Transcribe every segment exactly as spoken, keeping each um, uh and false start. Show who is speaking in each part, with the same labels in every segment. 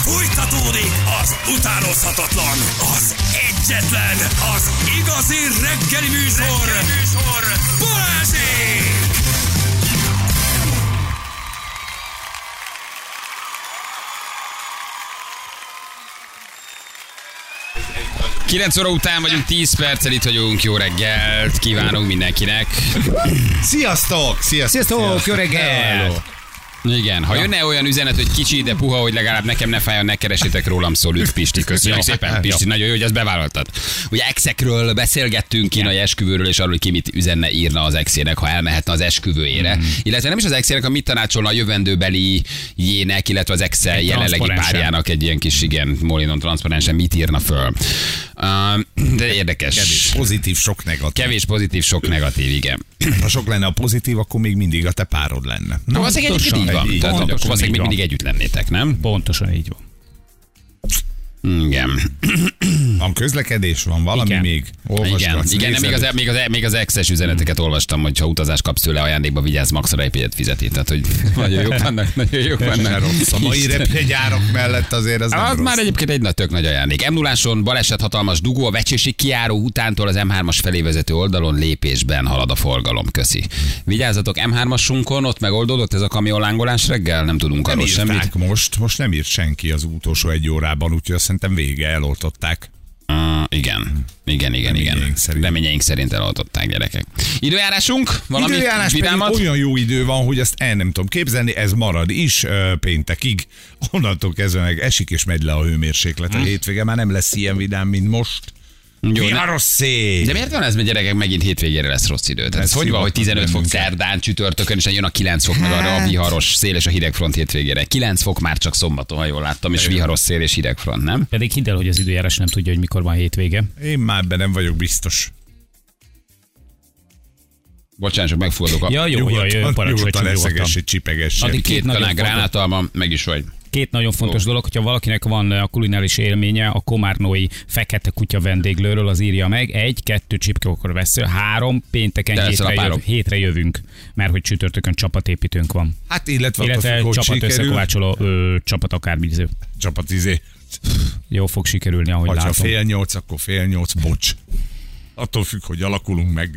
Speaker 1: Fújtatódik az utánozhatatlan, az egyetlen, az igazi reggeli műsor, reggeli műsor. Balázsék!
Speaker 2: kilenc óra után vagyunk, tíz perccel itt vagyunk, jó reggelt kívánunk mindenkinek.
Speaker 3: Sziasztok! Sziasztok!
Speaker 4: Sziasztok! Jó reggelt!
Speaker 2: Igen, ha jönne olyan üzenet, hogy kicsi, de puha, hogy legalább nekem ne fájjon, ne keresétek rólam, szól Lütf Pisti. Köszönjük szépen, Pisti, nagyon jó, hogy ezt bevállaltad. Ugye exekről beszélgettünk, kínai esküvőről, és arról, hogy ki mit üzenne, írna az exének, ha elmehetne az esküvőjére. Mm. Illetve nem is az exének, a mit tanácsolna a jövendőbeli jének, illetve az exe jelenlegi párjának egy ilyen kis, igen, Molinon transzparensen mit írna föl. Uh, de érdekes.
Speaker 3: Kevés pozitív, sok negatív.
Speaker 2: Kevés pozitív, sok negatív, igen.
Speaker 3: Ha sok lenne a pozitív, akkor még mindig a te párod lenne.
Speaker 2: Na, az egyébként így van.
Speaker 3: Így,
Speaker 2: Tehát, akkor valószínűleg még
Speaker 4: van.
Speaker 2: mindig együtt lennétek, nem?
Speaker 4: Pontosan így van.
Speaker 2: Igen.
Speaker 3: Van közlekedés, van valami
Speaker 4: Igen.
Speaker 3: még?
Speaker 2: Igen, igen, nem, még, az, még, az, még az exes üzeneteket olvastam, hogy ha utazás kapsz tőle ajándékba, vigyázz, maxra repjegyet fizeti. Tehát, hogy nagyon jók vannak, nagyon jók vannak.
Speaker 3: Rossz. A mai repjegyárak mellett azért az nem
Speaker 2: Az
Speaker 3: rossz.
Speaker 2: már egyébként egy nagy, tök nagy ajándék. em nulláson baleset, hatalmas dugó, a Vecsési kijáró utántól az em hármas felé vezető oldalon lépésben halad a forgalom. Köszi. Vigyázzatok, em hármasunkon, ott megoldódott ez a kamionlángolás reggel, nem tudunk
Speaker 3: Nem
Speaker 2: arról semmit.
Speaker 3: írták most, most nem írt senki az utolsó egy órában, úgyhogy azt szerintem vége, eloltották.
Speaker 2: Uh, igen, igen, igen, igen.
Speaker 3: Reményeink szerint.
Speaker 2: Reményeink szerint eloltották, gyerekek. Időjárásunk? Valami
Speaker 3: Időjárás pedig
Speaker 2: vidámat?
Speaker 3: olyan jó idő van, hogy ezt el nem tudom képzelni, ez marad is ö, péntekig. Onnantól kezdve meg esik és megy le a hőmérséklet. A
Speaker 2: Hm.
Speaker 3: hétvége már nem lesz ilyen vidám, mint most.
Speaker 2: Jó,
Speaker 3: Viharos szél!
Speaker 2: de miért van ez, mert gyerekek megint hétvégére lesz rossz idő? Tehát
Speaker 3: Ez
Speaker 2: ez hogy van, hogy
Speaker 3: hivatott
Speaker 2: tizenöt fok
Speaker 3: bennünket.
Speaker 2: szerdán, csütörtökön, és jön a kilenc fok, meg arra a viharos szél és a hidegfront hétvégére. kilenc fok már csak szombaton, ha jól láttam, és viharos szél és hidegfront, nem?
Speaker 4: Pedig hidd el, hogy az időjárás nem tudja, hogy mikor van hétvége.
Speaker 3: Én már be nem vagyok biztos.
Speaker 2: Bocsánat, csak megfordulok. A
Speaker 4: Ja, jó, jó, jó,
Speaker 3: Nyugodtan,
Speaker 4: parancsolj,
Speaker 3: nyugodtan
Speaker 4: csak nyugodtan.
Speaker 3: eszegessék, csipegessék.
Speaker 4: Addig
Speaker 2: két
Speaker 4: Két nagyon
Speaker 2: kanál
Speaker 4: fontos-
Speaker 2: gránátalban, meg is vagy.
Speaker 4: Két nagyon fontos
Speaker 2: Ó.
Speaker 4: dolog, hogyha valakinek van a kulináris élménye, a komárnói fekete kutya vendéglőről, az írja meg. Egy, kettő csipkókor vesző, három, pénteken
Speaker 2: De ez
Speaker 4: hétre,
Speaker 2: a
Speaker 4: jöv,
Speaker 2: párom.
Speaker 4: hétre jövünk, mert hogy csütörtökön csapatépítőnk van.
Speaker 3: Hát illetve,
Speaker 4: Illetve
Speaker 3: attól függ, hogy
Speaker 4: csapat
Speaker 3: sikerül.
Speaker 4: összekovácsoló ö, csapat akármiző.
Speaker 3: Csapat izé.
Speaker 4: Jó fog sikerülni, ahogy
Speaker 3: Ha
Speaker 4: látom.
Speaker 3: fél nyolc, akkor fél nyolc, bocs. Attól függ, hogy alakulunk meg.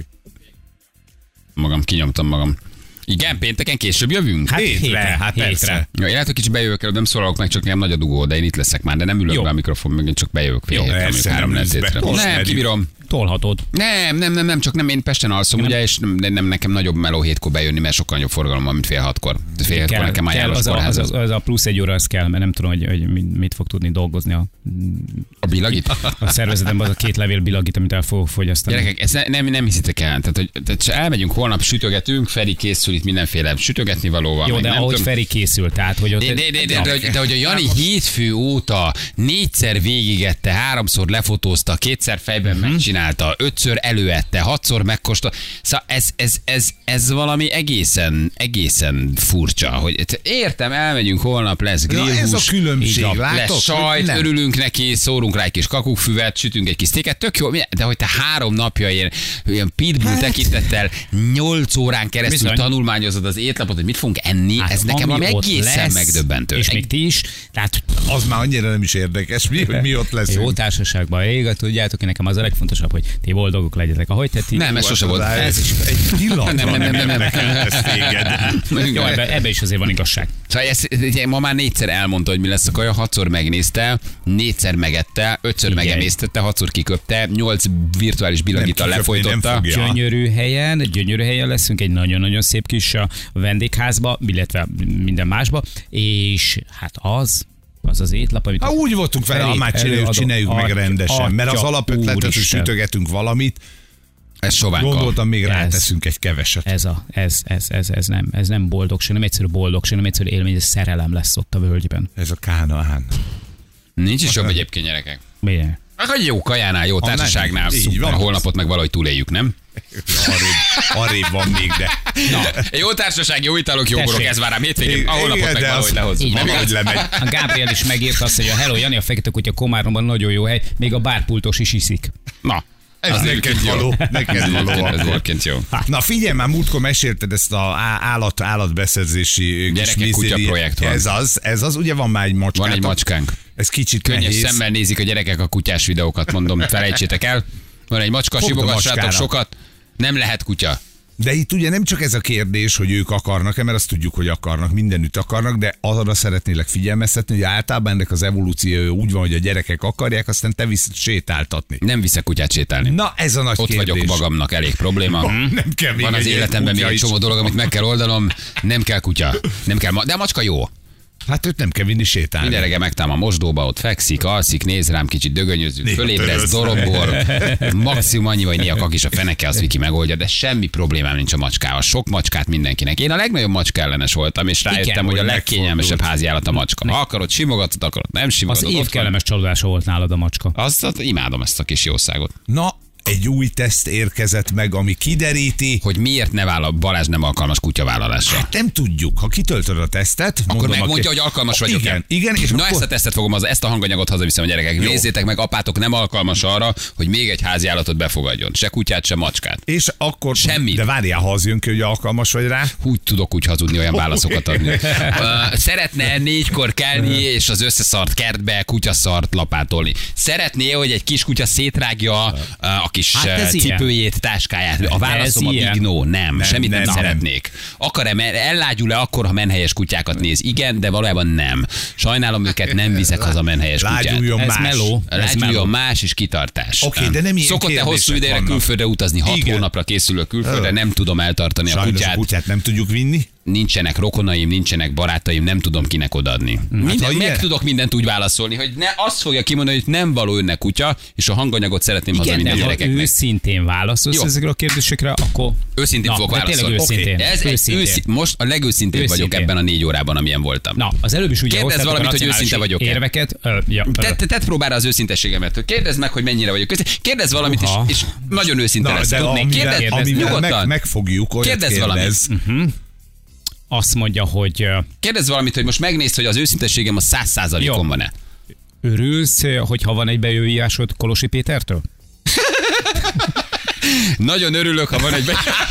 Speaker 2: Magam, kinyomtam magam. Igen, pénteken később jövünk?
Speaker 4: Hát
Speaker 3: Hétre,
Speaker 4: hétre,
Speaker 3: hát
Speaker 4: hétre.
Speaker 3: persze.
Speaker 2: Ja, én lehet, hogy kicsit bejövök el, nem szólalok meg, csak nem nagy a dugó, de én itt leszek már, de nem ülök
Speaker 4: Jó.
Speaker 2: be a mikrofon, meg én csak bejövök fél
Speaker 4: Jó,
Speaker 2: hétre, mondjuk
Speaker 3: persze,
Speaker 2: három
Speaker 3: nem ülsz be.
Speaker 2: hétre.
Speaker 3: Most
Speaker 2: Nem,
Speaker 3: megyünk.
Speaker 2: kibírom.
Speaker 4: Tolhatod.
Speaker 2: Nem, nem, nem, nem, csak nem, én Pesten alszom, ugye, és nem, nem, nekem nagyobb meló hétkor bejönni, mert sokkal nagyobb forgalom van, mint fél hatkor. Fél hatkor nekem már jár a
Speaker 4: az, a, az,
Speaker 2: kórházhoz.
Speaker 4: az, az a plusz egy óra, az kell, mert nem tudom, hogy, hogy mit mit fog tudni dolgozni a,
Speaker 2: A bilagit?
Speaker 4: a szervezetemben, az a két levél bilagit, amit el fogok fogyasztani.
Speaker 2: Gyerekek, ezt ne, nem, nem hiszitek el. Tehát, hogy, tehát se elmegyünk holnap, sütögetünk, Feri készül itt mindenféle sütögetni valóval.
Speaker 4: Jó,
Speaker 2: meg
Speaker 4: de
Speaker 2: nem
Speaker 4: ahogy
Speaker 2: tudom.
Speaker 4: Feri készül, tehát, hogy ott...
Speaker 2: De, de, de, de, de, de, de hogy a Jani hétfő óta négyszer végigette, háromszor lefotózta, kétszer fejben
Speaker 4: Mhm.
Speaker 2: megcsinálta, ötször előette, hatszor megkóstolt. Szóval ez, ez, ez, ez valami egészen, egészen furcsa. Hogy értem, elmegyünk, holnap lesz
Speaker 3: Na,
Speaker 2: grillhús.
Speaker 3: ez a különbség,
Speaker 2: így van,
Speaker 3: látod?
Speaker 2: lesz sajt,
Speaker 3: Nem.
Speaker 2: örülünk neki, szórunk rá egy kis kakukkfüvet, sütünk egy kis sztéket, tök jó, de hogy te három napja ilyen, ilyen pitbull
Speaker 3: Hát.
Speaker 2: tekintettel nyolc órán keresztül
Speaker 4: Bizony.
Speaker 2: tanulmányozod az étlapot, hogy mit fogunk enni,
Speaker 4: Hát,
Speaker 2: ez nekem
Speaker 4: ami
Speaker 2: valami
Speaker 4: ott
Speaker 2: egészen
Speaker 4: lesz,
Speaker 2: megdöbbentő.
Speaker 4: És még ti is, tehát
Speaker 3: Az már annyira nem is érdekes, mi, hogy mi ott lesz.
Speaker 4: jó társaságban ég, tudjátok, hogy nekem az a legfontosabb, hogy ti boldogok legyetek, ahogy te ti.
Speaker 2: Nem, ez sose volt.
Speaker 3: Ez is egy pillanatra
Speaker 2: Nem, nem, nem, nem, nem.
Speaker 3: érdekel ez téged.
Speaker 4: Jó, ebbe, ebbe is azért van igazság.
Speaker 2: Szóval ezt, ugye, ma már négyszer elmondta, hogy mi lesz a kaja, hatszor megnézte, négyszer megette, ötször
Speaker 4: Igen.
Speaker 2: megemésztette, hatszor kiköpte, nyolc virtuális bilagittal
Speaker 3: Nem kiköpni, nem
Speaker 2: lefolytotta.
Speaker 3: fogja. Ja.
Speaker 4: Gyönyörű helyen, gyönyörű helyen leszünk, egy nagyon-nagyon szép kis a vendégházba, illetve minden másba, és hát az, az az étlap, amit...
Speaker 3: Ha úgy voltunk vele, ha
Speaker 4: Feri,
Speaker 3: már csináljuk,
Speaker 4: előadom.
Speaker 3: csináljuk meg
Speaker 4: Atya,
Speaker 3: rendesen, mert az
Speaker 4: atya,
Speaker 3: alapötletet, hogy
Speaker 4: úristen.
Speaker 3: sütögetünk valamit,
Speaker 2: Ez sovánka.
Speaker 3: gondoltam, még
Speaker 4: Ez.
Speaker 3: ráteszünk egy keveset.
Speaker 4: Ez, a, ez, ez, ez, ez, nem, ez nem boldogság, nem egyszerű boldogság, nem egyszerű élmény, ez szerelem lesz ott a völgyben.
Speaker 3: Ez a Kánaán.
Speaker 2: Nincs is jobb egyébként, gyerekek.
Speaker 4: Milyen?
Speaker 2: Meg egy jó kajánál, jó
Speaker 3: nem,
Speaker 2: társaságnál,
Speaker 3: így van.
Speaker 2: a holnapot meg valahogy túléljük, nem?
Speaker 3: Arrébb, arrébb van még, de...
Speaker 2: Jó társaság, jó italok, jó
Speaker 4: Tessék.
Speaker 2: borok, ez vár rám hétvégén,
Speaker 3: Igen,
Speaker 2: a holnapot meg
Speaker 3: de
Speaker 2: valahogy
Speaker 3: az-
Speaker 2: lehozzuk.
Speaker 4: Így van,
Speaker 2: Nem
Speaker 3: hogy
Speaker 2: igaz?
Speaker 3: lemegy.
Speaker 4: A Gábriel is megírta azt, hogy a Hello Jani, a Fekete Kutya Komáromban nagyon jó hely, még a bárpultos is iszik.
Speaker 2: Na,
Speaker 3: Ez
Speaker 2: Az
Speaker 3: neked
Speaker 2: egyébként jó.
Speaker 3: való. Neked való
Speaker 2: Ez
Speaker 3: akkor.
Speaker 2: egyébként jó.
Speaker 3: Na figyelj, már múltkor mesélted ezt a á- állat, állatbeszerzési kis
Speaker 2: Gyerekek kutya
Speaker 3: mizéri-
Speaker 2: projekt van.
Speaker 3: Ez az, ez az, ugye van már egy macskát.
Speaker 2: Van egy macskánk.
Speaker 3: Ez kicsit
Speaker 2: Könnyes
Speaker 3: nehéz.
Speaker 2: szemmel nézik a gyerekek a kutyás videókat, mondom, felejtsétek el. Van egy macska,
Speaker 3: Fogd a
Speaker 2: simogassátok
Speaker 3: macskára.
Speaker 2: sokat. Nem lehet kutya.
Speaker 3: De itt ugye nem csak ez a kérdés, hogy ők akarnak-e, mert azt tudjuk, hogy akarnak, mindenütt akarnak, de arra szeretnélek figyelmeztetni, hogy általában ennek az evolúció úgy van, hogy a gyerekek akarják, aztán te visz sétáltatni.
Speaker 2: Nem viszek kutyát sétálni.
Speaker 3: Na, ez a nagy
Speaker 2: Ott
Speaker 3: kérdés.
Speaker 2: vagyok magamnak, elég probléma.
Speaker 3: Oh, nem kell még
Speaker 2: Van az
Speaker 3: egy ilyen
Speaker 2: életemben még
Speaker 3: kutya
Speaker 2: egy
Speaker 3: is.
Speaker 2: csomó dolog, amit meg kell oldanom. Nem kell kutya. Nem kell ma- de a macska jó.
Speaker 3: Hát őt nem kell vinni sétálni.
Speaker 2: Minden reggel megtámad a mosdóba, ott fekszik, alszik, néz rám, kicsit dögönyözünk,
Speaker 3: Néha
Speaker 2: fölébredsz,
Speaker 3: törösz.
Speaker 2: dorombor, maximum annyi, hogy néha kakis a feneke, az Viki megoldja, de semmi problémám nincs a macskával. Sok macskát mindenkinek. Én a legnagyobb macska ellenes voltam, és rájöttem,
Speaker 4: Igen,
Speaker 2: hogy a
Speaker 3: hogy
Speaker 2: legkényelmesebb
Speaker 3: megfordult.
Speaker 2: háziállat a macska. Ha akarod, simogatod, akarod, nem
Speaker 4: Az
Speaker 2: simogatod.
Speaker 4: év
Speaker 2: ott van.
Speaker 4: kellemes csalódása volt nálad a macska.
Speaker 2: Azt, azt imádom ezt a kis jószágot.
Speaker 3: Na, egy új teszt érkezett meg, ami kideríti,
Speaker 2: Hogy miért ne vállal, Balázs nem alkalmas kutyavállalásra.
Speaker 3: hát nem tudjuk. Ha kitöltöd a tesztet,
Speaker 2: Akkor
Speaker 3: mondom,
Speaker 2: megmondja,
Speaker 3: aki-
Speaker 2: hogy alkalmas vagyok.
Speaker 3: Igen, igen, és
Speaker 2: Na
Speaker 3: akkor...
Speaker 2: ezt a tesztet fogom, az, ezt a hanganyagot hazaviszem a gyerekek. Nézzétek meg, apátok nem alkalmas arra, hogy még egy házi állatot befogadjon. Se kutyát, se macskát.
Speaker 3: És akkor...
Speaker 2: Semmit.
Speaker 3: De várjál, ha az jön ki, hogy alkalmas vagy rá.
Speaker 2: Úgy tudok úgy hazudni, olyan válaszokat adni. Ö, Szeretne négykor kelni, és az összeszart kertbe kutyaszart lapátolni. Szeretné, hogy egy kis kutya szétrágja ö, a kis
Speaker 4: Hát ez
Speaker 2: ö,
Speaker 4: ilyen.
Speaker 2: cipőjét, táskáját. A válaszom a
Speaker 4: ilyen.
Speaker 2: big no, nem.
Speaker 3: Nem,
Speaker 2: Semmit nem,
Speaker 3: nem, nem.
Speaker 2: szeretnék. Akar-e, men- ellágyul-e akkor, ha menhelyes kutyákat néz? Igen, de valójában nem. Sajnálom őket, nem viszek haza menhelyes kutyát.
Speaker 3: Lágyuljon
Speaker 4: Ez
Speaker 3: más.
Speaker 4: meló. Ez meló.
Speaker 2: Lágyuljon más is kitartás.
Speaker 3: Oké, de nem ilyen
Speaker 2: Szokott-e
Speaker 3: kérdések
Speaker 2: hosszú ideire
Speaker 3: vannak.
Speaker 2: külföldre utazni? Hat
Speaker 3: Igen.
Speaker 2: hónapra készülök külföldre, nem tudom eltartani a
Speaker 3: Sajnos a
Speaker 2: kutyát.
Speaker 3: kutyát nem tudjuk vinni.
Speaker 2: Nincsenek rokonaim, nincsenek barátaim, nem tudom kinek odaadni. Minden,
Speaker 3: ha
Speaker 2: meg
Speaker 3: ilyen-
Speaker 2: tudok mindent úgy válaszolni, hogy ne azt fogja kimondani, hogy nem való önnek kutya, és a hanganyagot szeretném
Speaker 4: Igen,
Speaker 2: hazavinni a
Speaker 4: de ha
Speaker 2: gyerekeknek.
Speaker 4: őszintén válaszolsz
Speaker 2: Jó.
Speaker 4: ezekre a kérdésekre, akkor...
Speaker 2: Őszintén
Speaker 4: Na,
Speaker 2: fogok
Speaker 4: de tényleg
Speaker 2: válaszolni.
Speaker 4: őszintén.
Speaker 2: Ez egy
Speaker 4: Őszintén.
Speaker 2: őszi, most a legőszintén vagyok
Speaker 4: Őszintén.
Speaker 2: ebben a négy órában, amilyen voltam.
Speaker 4: Na, az előbb is ugye
Speaker 2: Kérdezz
Speaker 4: hoztátok a
Speaker 2: valamit, hogy
Speaker 4: racionális
Speaker 2: őszinte vagyok-e.
Speaker 4: Érveket. Ö, ja, ö.
Speaker 2: Te, te, tedd próbára az őszintességemet. Kérdezd meg, hogy mennyire vagyok. Kérdezz valamit, és,
Speaker 4: Uha.
Speaker 2: és nagyon őszinte
Speaker 3: Na,
Speaker 2: lesz.
Speaker 3: de
Speaker 2: Tudnék.
Speaker 3: amivel,
Speaker 2: Kérdezz,
Speaker 3: amivel
Speaker 2: nyugodtan.
Speaker 3: meg, megfogjuk, olyat
Speaker 2: Kérdezz valamit.
Speaker 3: kérdezz.
Speaker 4: Azt mondja, hogy ö,
Speaker 2: Kérdezz valamit, hogy most megnézd, hogy az őszintességem a száz százalékon
Speaker 4: Jó.
Speaker 2: van-e.
Speaker 4: örülsz, hogyha van egy bejöjjásod Kolosi Pétertől?
Speaker 2: Nagyon örülök, ha van egy... Be...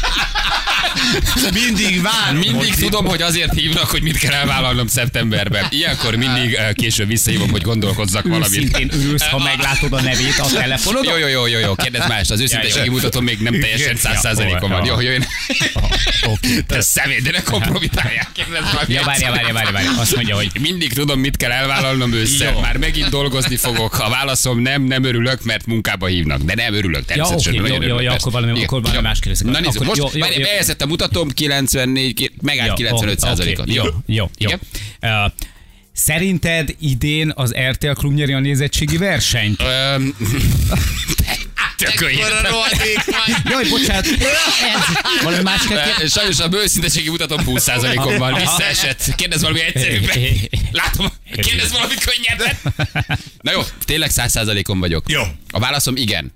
Speaker 3: Mindig vár.
Speaker 2: Mindig tudom, hogy azért hívnak, hogy mit kell elvállalnom szeptemberben. Ilyenkor mindig eh, később visszahívom, hogy gondolkozzak valamit.
Speaker 4: Őszintén örülsz, ha meglátod a nevét a telefonodon?
Speaker 2: Jó, jó, jó, jó, jó, kérdezz mást. Az őszintességi
Speaker 4: jó.
Speaker 2: mutatom még nem teljesen száz százalékon van. Jó, jó, én...
Speaker 4: Oké.
Speaker 2: Te személy, de ne kompromitálják. Kérdezz valami
Speaker 4: Ja, várja, várja, várja, várja. Azt mondja, hogy
Speaker 2: mindig tudom, mit kell elvállalnom ősszel.
Speaker 4: Jó.
Speaker 2: Már megint dolgozni fogok. A válaszom nem, nem örülök, mert munkába hívnak. De nem örülök,
Speaker 4: ja,
Speaker 2: természetesen.
Speaker 4: oké,
Speaker 2: nagyon
Speaker 4: jó, jó,
Speaker 2: örülök,
Speaker 4: jó,
Speaker 2: persze.
Speaker 4: akkor valami,
Speaker 2: Igen.
Speaker 4: akkor valami
Speaker 2: Jó.
Speaker 4: más kérdezik.
Speaker 2: Na nézzük,
Speaker 4: Akkor
Speaker 2: most
Speaker 4: jó, jó,
Speaker 2: várj,
Speaker 4: jó.
Speaker 2: bejegyzett a mutatom, kilencvennégy, megállt kilencvenöt százalékon. Jó.
Speaker 4: Jó, jó, jó.
Speaker 2: Igen?
Speaker 4: Uh, Szerinted idén az er té el Klub nyeri a nézettségi versenyt?
Speaker 2: Öm, Tököljétek.
Speaker 4: Jaj, bocsánat. Ez, valami más kell kérdezni?
Speaker 2: Ö, Sajnos a bőszinteségi mutatom húsz százalékon van. Visszaesett. Kérdezz valami egyszerűbben. Látom, kérdezz valami könnyebben. Na jó, tényleg száz százalékon vagyok.
Speaker 3: Jó.
Speaker 2: A válaszom igen.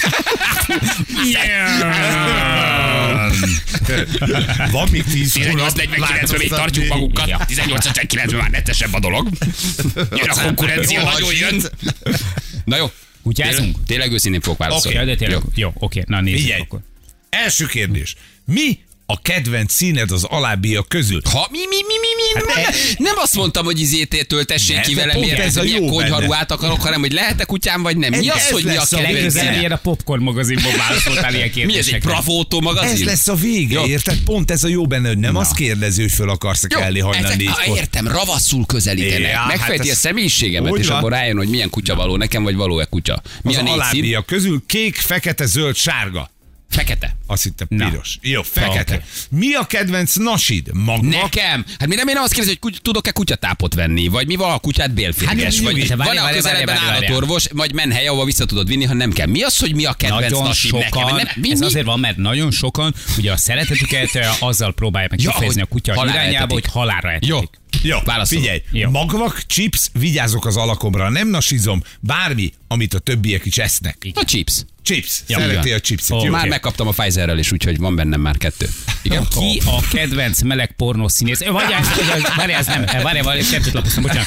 Speaker 3: Van még tíz
Speaker 2: tizennyolc negyvenkilencben még tartjuk magunkat. tizennyolc negyvenkilencben már nettesebb a dolog. Jön a konkurencia, nagyon jön. Na jó.
Speaker 4: Kutyázunk?
Speaker 2: Tényleg, tényleg őszintén fogok válaszolni.
Speaker 4: Ja, de tényleg,
Speaker 2: Jó.
Speaker 4: jó, oké, na nézzük
Speaker 3: Figyelj.
Speaker 4: akkor.
Speaker 3: Első kérdés. Mi a kedvenc színed az alábbiak közül?
Speaker 2: Ha, mi, mi, mi, mi, mi? Hát, nem azt mondtam, hogy izététől tessék
Speaker 3: Ne,
Speaker 2: ki
Speaker 3: de
Speaker 2: velem,
Speaker 3: pont
Speaker 2: miért,
Speaker 3: ez a
Speaker 2: milyen
Speaker 3: jó
Speaker 2: konyharuhát akarok, hanem hogy lehet-e kutyám, vagy nem. Mi
Speaker 3: Ez-
Speaker 2: az,
Speaker 3: ez
Speaker 2: hogy mi a
Speaker 3: lesz a
Speaker 2: kedvenc
Speaker 4: Legközelebb
Speaker 2: színe?
Speaker 4: ilyen a Popcorn magazinból válaszoltál ilyen
Speaker 2: Mi ez, egy
Speaker 4: kérdésekre.
Speaker 2: Bravótó
Speaker 3: Ez
Speaker 2: magazin?
Speaker 3: lesz a vége,
Speaker 2: Jó.
Speaker 3: érted? Pont ez a jó benne, hogy nem azt kérdező, hogy föl akarsz
Speaker 2: Jó,
Speaker 3: kelni hajnal
Speaker 2: ezek, á,
Speaker 3: négykor.
Speaker 2: értem, ravaszul közelítenek.
Speaker 3: Ja,
Speaker 2: Megfejti
Speaker 3: hát
Speaker 2: a
Speaker 3: ez-
Speaker 2: személyiségemet,
Speaker 3: Úgy
Speaker 2: és
Speaker 3: van.
Speaker 2: akkor rájön, hogy milyen kutya való nekem, vagy való-e kutya. Mi
Speaker 3: Az
Speaker 2: a négy szín?
Speaker 3: alábbiak közül kék, fekete, zöld, sárga.
Speaker 2: Fekete.
Speaker 3: Azt hittem
Speaker 4: Na.
Speaker 3: piros. Jó, fekete.
Speaker 4: Oké.
Speaker 3: Mi a kedvenc nasid? Magva?
Speaker 2: Nekem? Hát mi nem én azt kérdezi, hogy kuty- tudok-e kutyatápot venni? Vagy mi van, a kutyát bélférges?
Speaker 4: Hát,
Speaker 2: vagy
Speaker 4: nyugodj, várj,
Speaker 2: van-e a
Speaker 4: várj,
Speaker 2: közelben
Speaker 4: várj, várj,
Speaker 2: állatorvos, vagy menhely, ahova vissza tudod vinni, ha nem kell? Mi az, hogy mi a kedvenc
Speaker 4: Nagyon
Speaker 2: nasid nekem?
Speaker 4: sokan,
Speaker 2: Nem, mi,
Speaker 4: ez
Speaker 2: mi?
Speaker 4: azért van, mert nagyon sokan ugye a szeretetüket ö, azzal próbálják meg
Speaker 2: Ja,
Speaker 4: kifejezni a
Speaker 2: hogy
Speaker 4: kutya
Speaker 2: halálra
Speaker 4: irányába,
Speaker 2: etetik.
Speaker 4: hogy halálra etetik.
Speaker 2: Jó.
Speaker 3: Jó,
Speaker 2: Válaszolok.
Speaker 3: figyelj,
Speaker 4: Jó.
Speaker 3: magvak, chips, vigyázok az alakomra, nem nasizom, bármi, amit a többiek is esznek.
Speaker 2: A chips.
Speaker 3: Chips.
Speaker 4: Ja,
Speaker 3: Szereti
Speaker 2: igen.
Speaker 3: a chipset.
Speaker 4: Ó,
Speaker 3: Jó.
Speaker 2: Már
Speaker 4: oké.
Speaker 2: megkaptam a Pfizerrel is, úgyhogy van bennem már kettő. Igen?
Speaker 4: Ki a kedvenc meleg pornó színész? Várjál, várjál, ez nem, várjál, várjál, kettőt lapoztam, bocsánat.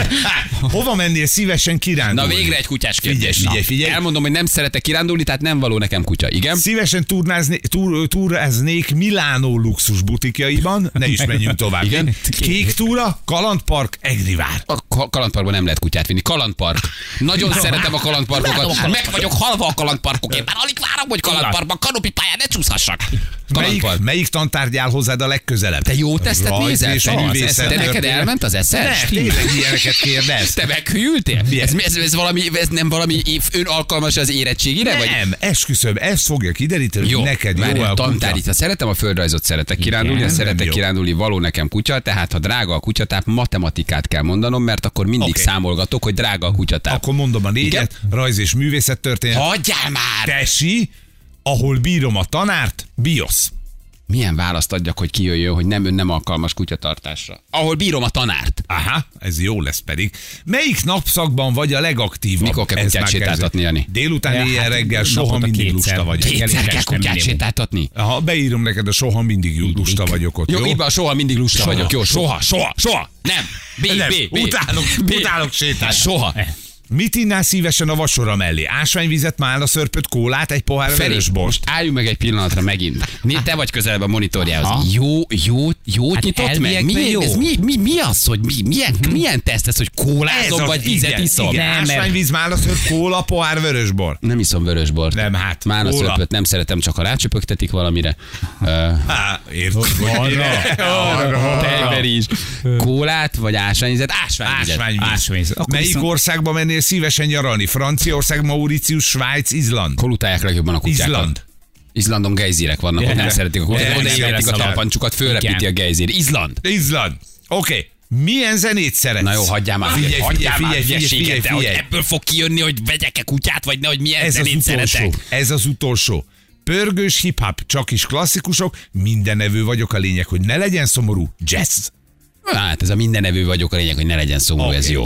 Speaker 3: Hova mennél szívesen
Speaker 2: Na
Speaker 3: kirándulni?
Speaker 2: végre egy kutyás kérdés.
Speaker 3: Figyelj, figyelj,
Speaker 2: Na,
Speaker 3: figyelj.
Speaker 2: Elmondom, hogy nem szeretek kirándulni, tehát nem való nekem kutya. Igen?
Speaker 3: Szívesen turnázni, túr, túráznék Milánó luxus butikjaiban, ne is menjünk tovább.
Speaker 2: Igen.
Speaker 3: Kék túra, kalandpark, Egrivár.
Speaker 2: A ka- kalandparkban nem lehet kutyát vinni. Kalandpark. Nagyon szeretem a kalandparkokat. Meg vagyok halva a kalandparkokért. Már alig várom, hogy kalandparkban kanopipályán ne csúszhassak.
Speaker 3: Melyik,
Speaker 2: Kalandpark.
Speaker 3: melyik tantárgy áll hozzád a legközelebb?
Speaker 2: Te jó tesztet
Speaker 3: Rajz
Speaker 2: nézel?
Speaker 3: és
Speaker 2: Te,
Speaker 3: művészet
Speaker 2: te neked
Speaker 3: történet.
Speaker 2: elment az eszed?
Speaker 3: Ne, tényleg ilyeneket kérdez.
Speaker 2: Te meghűltél? Ez, ez, ez, valami, ez nem valami ön alkalmas az érettségire? Vagy?
Speaker 3: Nem, esküszöm, ezt fogja kideríteni, hogy
Speaker 2: Jó,
Speaker 3: neked jó
Speaker 2: várjál,
Speaker 3: a kutya.
Speaker 2: tantárgy. Ha szeretem a földrajzot, szeretek kirándulni, ha
Speaker 3: nem
Speaker 2: szeretek
Speaker 3: jó.
Speaker 2: kirándulni, való nekem kutya, tehát ha drága a kutyatáp, matematikát kell mondanom, mert akkor mindig
Speaker 3: Oké.
Speaker 2: számolgatok, hogy drága a kutyatáp.
Speaker 3: Akkor mondom a négyet, rajz és művészet történet.
Speaker 2: Hagyjál már!
Speaker 3: Tesi, ahol bírom a tanárt, biosz.
Speaker 2: Milyen választ adjak, hogy kijöjjön, hogy nem ön nem alkalmas kutyatartásra? Ahol bírom a tanárt.
Speaker 3: Aha, ez jó lesz pedig. Melyik napszakban vagy a legaktívabb?
Speaker 2: Mikor kell
Speaker 3: Ez
Speaker 2: kutyát
Speaker 3: már kezdve.
Speaker 2: sétáltatni, Jani?
Speaker 3: Délután,
Speaker 4: Ja,
Speaker 3: éjjel,
Speaker 4: hát
Speaker 3: reggel, soha
Speaker 4: naponta
Speaker 3: mindig
Speaker 4: kétszer.
Speaker 3: lusta vagyok.
Speaker 4: Kétszer.
Speaker 2: Kétszer kell
Speaker 4: Estem
Speaker 2: kutyát
Speaker 4: minimum.
Speaker 2: sétáltatni?
Speaker 3: Ha beírom neked, a soha mindig lusta vagyok ott.
Speaker 2: Jó,
Speaker 3: Jó,
Speaker 2: így van, soha mindig lusta
Speaker 3: Soha.
Speaker 2: vagyok. Jó, soha, soha, soha. Nem. B,
Speaker 3: Nem,
Speaker 2: B, B.
Speaker 3: utálok,
Speaker 2: B.
Speaker 3: utálok sétálni.
Speaker 2: Soha.
Speaker 3: Mit innál szívesen a vacsora mellé? Ásványvizet, málnaszörpöt, kólát, egy pohár
Speaker 2: Feri,
Speaker 3: vörösbort.
Speaker 2: most álljunk meg egy pillanatra megint. Né, te vagy közelebb a monitorjához.
Speaker 4: Aha.
Speaker 2: Jó, jó, jót
Speaker 4: Hát
Speaker 2: nyitott meg?
Speaker 4: elviekben
Speaker 2: Mi,
Speaker 4: jó.
Speaker 2: ez, mi, mi, mi az, hogy mi, milyen, milyen teszt ez, hogy kólázom,
Speaker 3: az,
Speaker 2: vagy vizet
Speaker 3: igen,
Speaker 2: iszom?
Speaker 3: Igen,
Speaker 4: Nem, mert-
Speaker 3: ásványvíz, málnaszört, kóla, pohár vörösbor.
Speaker 2: Nem iszom vörösbort.
Speaker 3: Nem, hát,
Speaker 2: Már a
Speaker 3: kóla.
Speaker 2: szörpöt nem szeretem, csak ha rácsöpögtetik valamire. Uh,
Speaker 3: Há, értjük, hogy
Speaker 4: Arra.
Speaker 3: arra.
Speaker 2: Tejberi is. Kólát vagy ásványvizet? Ásványvizet.
Speaker 3: Ásványvíz.
Speaker 4: Ásványvíz. Akkor
Speaker 3: Melyik
Speaker 4: viszont-
Speaker 3: országba mennél szívesen nyaralni? Franciaország, Mauritius, Svájc, Izland.
Speaker 2: Hol utálják legjobban a kutyákat?
Speaker 3: Izland.
Speaker 2: Izlandon gejzírek vannak, ott nem szeretik a kutyákat.
Speaker 3: Nem
Speaker 2: Oda évetik a
Speaker 3: szeretik.
Speaker 2: talpancsukat, fölrepíti
Speaker 4: Igen.
Speaker 2: a gejzír. Izland.
Speaker 3: Izland. Oké. Okay. Milyen zenét szeretsz?
Speaker 2: Na jó, hagyjál már,
Speaker 3: Figyelj,
Speaker 2: figyelj,
Speaker 3: figyelj,
Speaker 2: hagyjál
Speaker 3: figyelj,
Speaker 2: már
Speaker 3: figyelj,
Speaker 2: hülyeséget, de hogy
Speaker 3: figyelj.
Speaker 2: ebből fog kijönni, hogy vegyek-e kutyát, vagy ne, hogy milyen
Speaker 3: Ez az
Speaker 2: zenét
Speaker 3: utolsó.
Speaker 2: szeretek.
Speaker 3: Ez az utolsó. Pörgős hip-hop, csak is klasszikusok, mindenevő vagyok, a lényeg, hogy ne legyen szomorú. Jazz.
Speaker 2: Hát ez a mindenevő vagyok, a lényeg, hogy ne legyen szomorú,
Speaker 3: Oké.
Speaker 2: ez jó.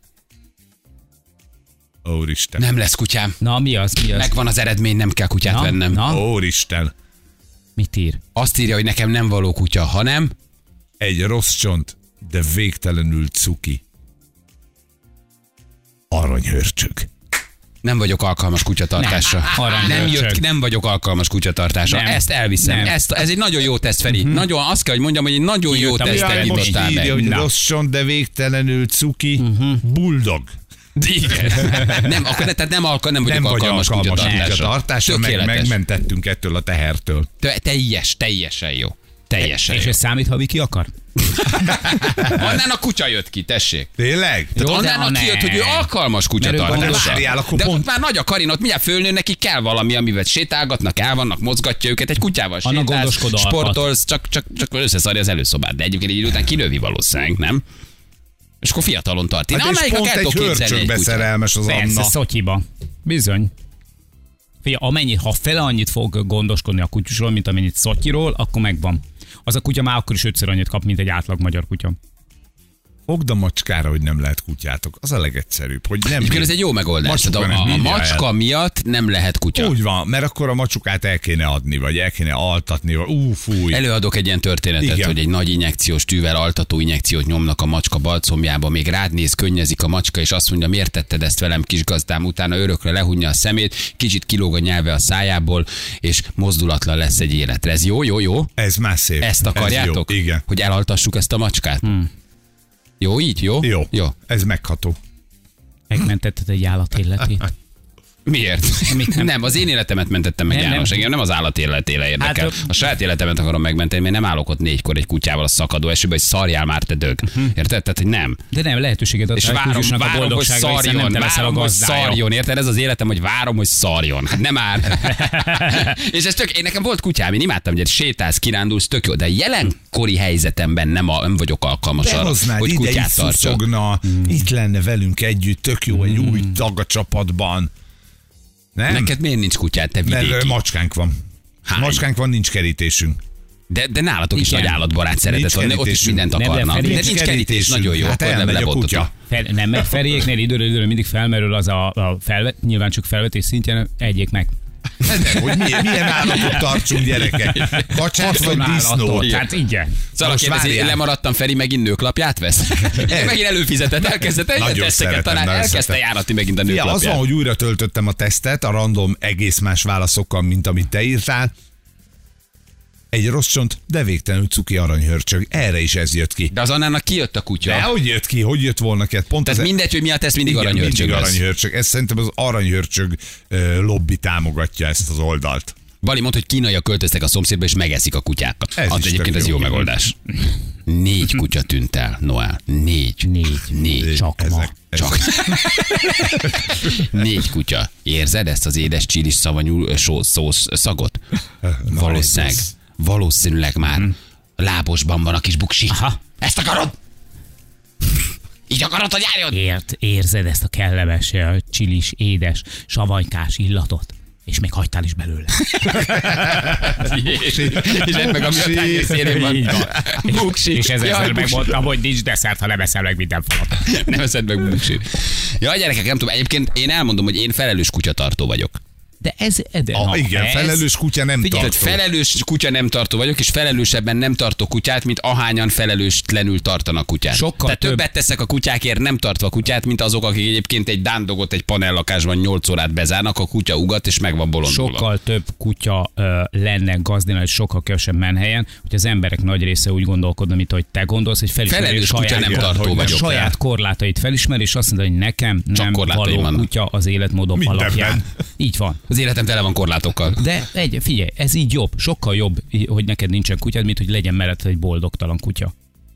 Speaker 3: Úristen.
Speaker 2: Nem lesz kutyám.
Speaker 4: Na, mi az, mi az?
Speaker 2: Megvan az eredmény, nem kell kutyát
Speaker 4: Na,
Speaker 2: vennem.
Speaker 4: na.
Speaker 3: Úristen.
Speaker 4: Mit ír?
Speaker 2: Azt írja, hogy nekem nem való kutya, hanem
Speaker 3: Egy rossz csont, de végtelenül cuki. Aranyhörcsög.
Speaker 2: nem vagyok alkalmas kutyatartásra.
Speaker 4: Nem. Arany
Speaker 2: Nem,
Speaker 4: hörcsög.
Speaker 2: jött, nem vagyok alkalmas kutyatartásra.
Speaker 4: Nem.
Speaker 2: Ezt elviszem.
Speaker 4: Nem.
Speaker 2: Ezt, ez egy nagyon jó teszt, Feri. Uh-huh. Nagyon, azt kell, hogy mondjam, hogy egy nagyon jó
Speaker 4: Írtam,
Speaker 2: tesztet
Speaker 4: írtam,
Speaker 3: Most
Speaker 2: nyitottál
Speaker 3: írja,
Speaker 2: meg.
Speaker 3: hogy
Speaker 4: Na.
Speaker 3: rossz csont, de végtelenül cuki. Bulldog.
Speaker 2: Igen. Nem, akkor ne, tehát nem, alka, nem vagyok
Speaker 3: Nem vagy
Speaker 2: alkalmas,
Speaker 3: alkalmas
Speaker 2: kutyatartásra.
Speaker 3: kutyatartásra, meg
Speaker 2: Tökéletes.
Speaker 3: megmentettünk ettől a tehertől.
Speaker 2: Te- Teljes, teljesen jó. Teljesen
Speaker 4: És
Speaker 2: jó.
Speaker 4: ez számít, ha Viki akar?
Speaker 2: Annán a kutya jött ki, tessék.
Speaker 3: Tényleg?
Speaker 2: Tehát
Speaker 4: Jó, de
Speaker 2: Annának
Speaker 4: ha
Speaker 2: kijött,
Speaker 4: ne.
Speaker 2: hogy ő alkalmas
Speaker 4: Mert ő
Speaker 2: kutyatartásra.
Speaker 4: gondos.
Speaker 3: Várjál, akkor
Speaker 2: De ott
Speaker 3: pont-
Speaker 2: már nagy a karin, ott mindjárt fölnő, neki kell valami, amivel sétálgatnak, el vannak, mozgatja őket, egy kutyával
Speaker 4: Anna
Speaker 2: sétálsz,
Speaker 4: gondoskodó alkat.
Speaker 2: sportolsz, csak, csak, csak összeszarja az előszobát, de egyébként egy idő után kinövi valószínűleg, nem? És akkor fiatalon tart. Én
Speaker 3: Hát és
Speaker 2: Annáikat
Speaker 3: pont
Speaker 2: el
Speaker 3: egy
Speaker 2: tudok képzelni egy
Speaker 3: hörcsögbe
Speaker 2: kutyát.
Speaker 3: szerelmes az
Speaker 4: Persze,
Speaker 3: Anna.
Speaker 4: szotyiba. Bizony. Figyelj, amennyi, ha fele annyit fog gondoskodni a kutyusról, mint amennyit szotyiról, akkor megvan. Az a kutya már akkor is ötször annyit kap, mint egy átlag magyar kutya.
Speaker 3: Fogd a macskára, hogy nem lehet kutyátok. Az a legegyszerűbb, hogy nem.
Speaker 2: Egyébként ez egy jó megoldás.
Speaker 3: Macsuka
Speaker 2: Tehát a,
Speaker 3: nem
Speaker 2: a, a
Speaker 3: bírja
Speaker 2: macska
Speaker 3: el.
Speaker 2: miatt nem lehet kutya.
Speaker 3: Úgy van, mert akkor a macsukát el kéne adni, vagy el kéne altatni, vagy ú, fúj.
Speaker 2: Előadok egy ilyen történetet,
Speaker 3: Igen.
Speaker 2: hogy egy nagy injekciós tűvel altató injekciót nyomnak a macska balcombjába, még rád néz, könnyezik a macska, és azt mondja, miért tetted ezt velem, kisgazdám, utána örökre lehunja a szemét, kicsit kilóg a nyelve a szájából, és mozdulatlan lesz egy életre. Ez jó, jó, jó?
Speaker 3: Ez már szép.
Speaker 2: Ezt
Speaker 3: Ez
Speaker 2: akarjátok?
Speaker 3: jó. Igen.
Speaker 2: Hogy elaltassuk ezt a macskát? Hmm. Jó így, jó?
Speaker 3: Jó.
Speaker 2: jó.
Speaker 3: Ez megható.
Speaker 4: Megmentetted egy állat életét.
Speaker 2: Miért?
Speaker 4: Mit nem?
Speaker 2: Nem, az én életemet mentettem meg,
Speaker 4: Nem,
Speaker 2: János.
Speaker 4: nem.
Speaker 2: Engem nem az állat életére érdekel.
Speaker 4: Hát,
Speaker 2: A saját életemet akarom megmenteni, mert nem állok ott négykor egy kutyával a szakadó esőbe, hogy szarjál már, te dög. Érted? Tehát, hogy nem.
Speaker 4: De nem, lehetőséget ad
Speaker 2: És
Speaker 4: rá, hogy
Speaker 2: várom,
Speaker 4: kutyusnak a
Speaker 2: várom hogy
Speaker 4: boldogsága, hiszen
Speaker 2: szarjon,
Speaker 4: nem te leszel a
Speaker 2: várom, hogy
Speaker 4: gazdája.
Speaker 2: szarjon, érted? Ez az életem, hogy várom, hogy szarjon. Hát nem már. És ez tök, én nekem volt kutyám, én imádtam, hogy sétálsz, kirándulsz, tök jó, de jelenkori helyzetemben nem, a, nem vagyok alkalmas arra,
Speaker 3: Behoznád
Speaker 2: hogy
Speaker 3: ide, itt
Speaker 2: kutyát tartsak.
Speaker 3: szuszogna, itt lenne velünk együtt, tök jó, egy új tag a csapatban. Nem?
Speaker 2: Neked miért nincs kutyát, te
Speaker 3: Mert
Speaker 2: vidéki?
Speaker 3: macskánk van.
Speaker 2: Hány?
Speaker 3: Macskánk van, nincs kerítésünk.
Speaker 2: De, de nálatok is
Speaker 4: Igen.
Speaker 2: nagy állatbarát szeretet
Speaker 3: Nincs
Speaker 2: van, ott is
Speaker 3: kerítésünk.
Speaker 2: mindent
Speaker 4: Nem, de
Speaker 2: akarnak.
Speaker 4: Feri,
Speaker 2: De
Speaker 4: nincs
Speaker 2: nincs kerítés,
Speaker 3: kerítésünk.
Speaker 2: nagyon jó,
Speaker 3: Hát
Speaker 2: akkor nem
Speaker 3: elmegy a
Speaker 2: lebontotok.
Speaker 3: kutya.
Speaker 4: Fel, nem, mert Feriéknél időről időről mindig felmerül az a, a felvet, nyilván csak felvetés szintjén, egyék meg.
Speaker 3: Nem, hogy milyen, milyen állatot tartsunk, gyerekek. Kacsát vagy disznót?
Speaker 4: Hát igen.
Speaker 2: Szóval kérdezi, lemaradtam, Feri megint nőklapját vesz? Megint előfizetett, elkezdett egyet teszeket talán, elkezdte járatni megint a nőklapját.
Speaker 3: Ja, az van, hogy újra töltöttem a tesztet, a random egész más válaszokkal, mint amit te írtál. Egy rossz csont, de végtelenül cuki aranyhörcsög. Erre is ez jött ki.
Speaker 2: De az Annának kijött a kutya.
Speaker 3: De hogy jött ki? Hogy jött volna ki? Pont
Speaker 2: Tehát
Speaker 3: az
Speaker 2: mindegy, hogy mi a teszt, mindig
Speaker 3: igen,
Speaker 2: aranyhörcsög
Speaker 3: mindig
Speaker 2: lesz.
Speaker 3: aranyhörcsög. Ez szerintem az aranyhörcsög uh, lobby támogatja ezt az oldalt.
Speaker 2: Bali mondta, hogy kínaiak költöztek a szomszédba, és megeszik a kutyákat.
Speaker 3: Ez
Speaker 2: Az
Speaker 3: is
Speaker 2: egyébként
Speaker 3: tök
Speaker 2: ez
Speaker 3: jó.
Speaker 2: jó megoldás. Négy kutya tűnt el, Noel. Négy.
Speaker 4: Négy.
Speaker 2: Négy.
Speaker 4: Csak ma.
Speaker 3: Ezek,
Speaker 2: Csak. Négy kutya. Érzed ezt az édes csilis savanyú só, szósz szagot? Valószínűleg.
Speaker 3: ez-
Speaker 2: Valószínűleg már lábosban van a kis buksi.
Speaker 4: Aha.
Speaker 2: Ezt akarod? Így akarod, hogy járjon?
Speaker 4: Ért, érzed ezt a kellemes, eh, csilis, édes, savanykás illatot? És még hagytál is belőle.
Speaker 2: És, és edd meg, ami a tányér szélén van.
Speaker 4: Így van.
Speaker 2: Buksi.
Speaker 4: És
Speaker 2: Jaj,
Speaker 4: ezzel
Speaker 2: buksi.
Speaker 4: megmondtam, hogy nincs desszert, ha nem eszel meg minden falat.
Speaker 2: Nem eszed meg buksit. Ja, gyerekek, nem tudom. Egyébként én elmondom, hogy én felelős kutyatartó vagyok.
Speaker 4: De ez... De,
Speaker 3: A,
Speaker 4: na,
Speaker 3: igen,
Speaker 4: ez,
Speaker 3: felelős kutya nem
Speaker 2: Figyelj,
Speaker 3: tartó.
Speaker 2: hogy felelős kutya nem tartó vagyok, és felelősebben nem tartó kutyát, mint ahányan felelőstlenül tartanak kutyát.
Speaker 4: Sokkal
Speaker 2: Tehát
Speaker 4: több-
Speaker 2: többet teszek a kutyákért nem tartva kutyát, mint azok, akik egyébként egy dándogot egy panellakásban nyolc órát bezárnak, a kutya ugat, és meg van bolondulva.
Speaker 4: Sokkal több kutya ö, lenne gazdinál, és sokkal kevesebb menhelyen, hogy az emberek nagy része úgy gondolkodna, mint hogy te gondolsz, hogy felismeri
Speaker 2: Felelős
Speaker 4: saját,
Speaker 2: kutya nem tartó
Speaker 4: hogy
Speaker 2: vagyok.
Speaker 4: saját korlátait felismeri, és azt mondja, hogy nekem nem
Speaker 2: korlátaim
Speaker 4: való
Speaker 2: vannak.
Speaker 4: kutya az életmódom
Speaker 3: Mindenben.
Speaker 4: alapján. Így van.
Speaker 2: Az életem tele van korlátokkal.
Speaker 4: De egy, figyelj, ez így jobb, sokkal jobb, hogy neked nincsen kutyád, mint hogy legyen mellett egy boldogtalan kutya.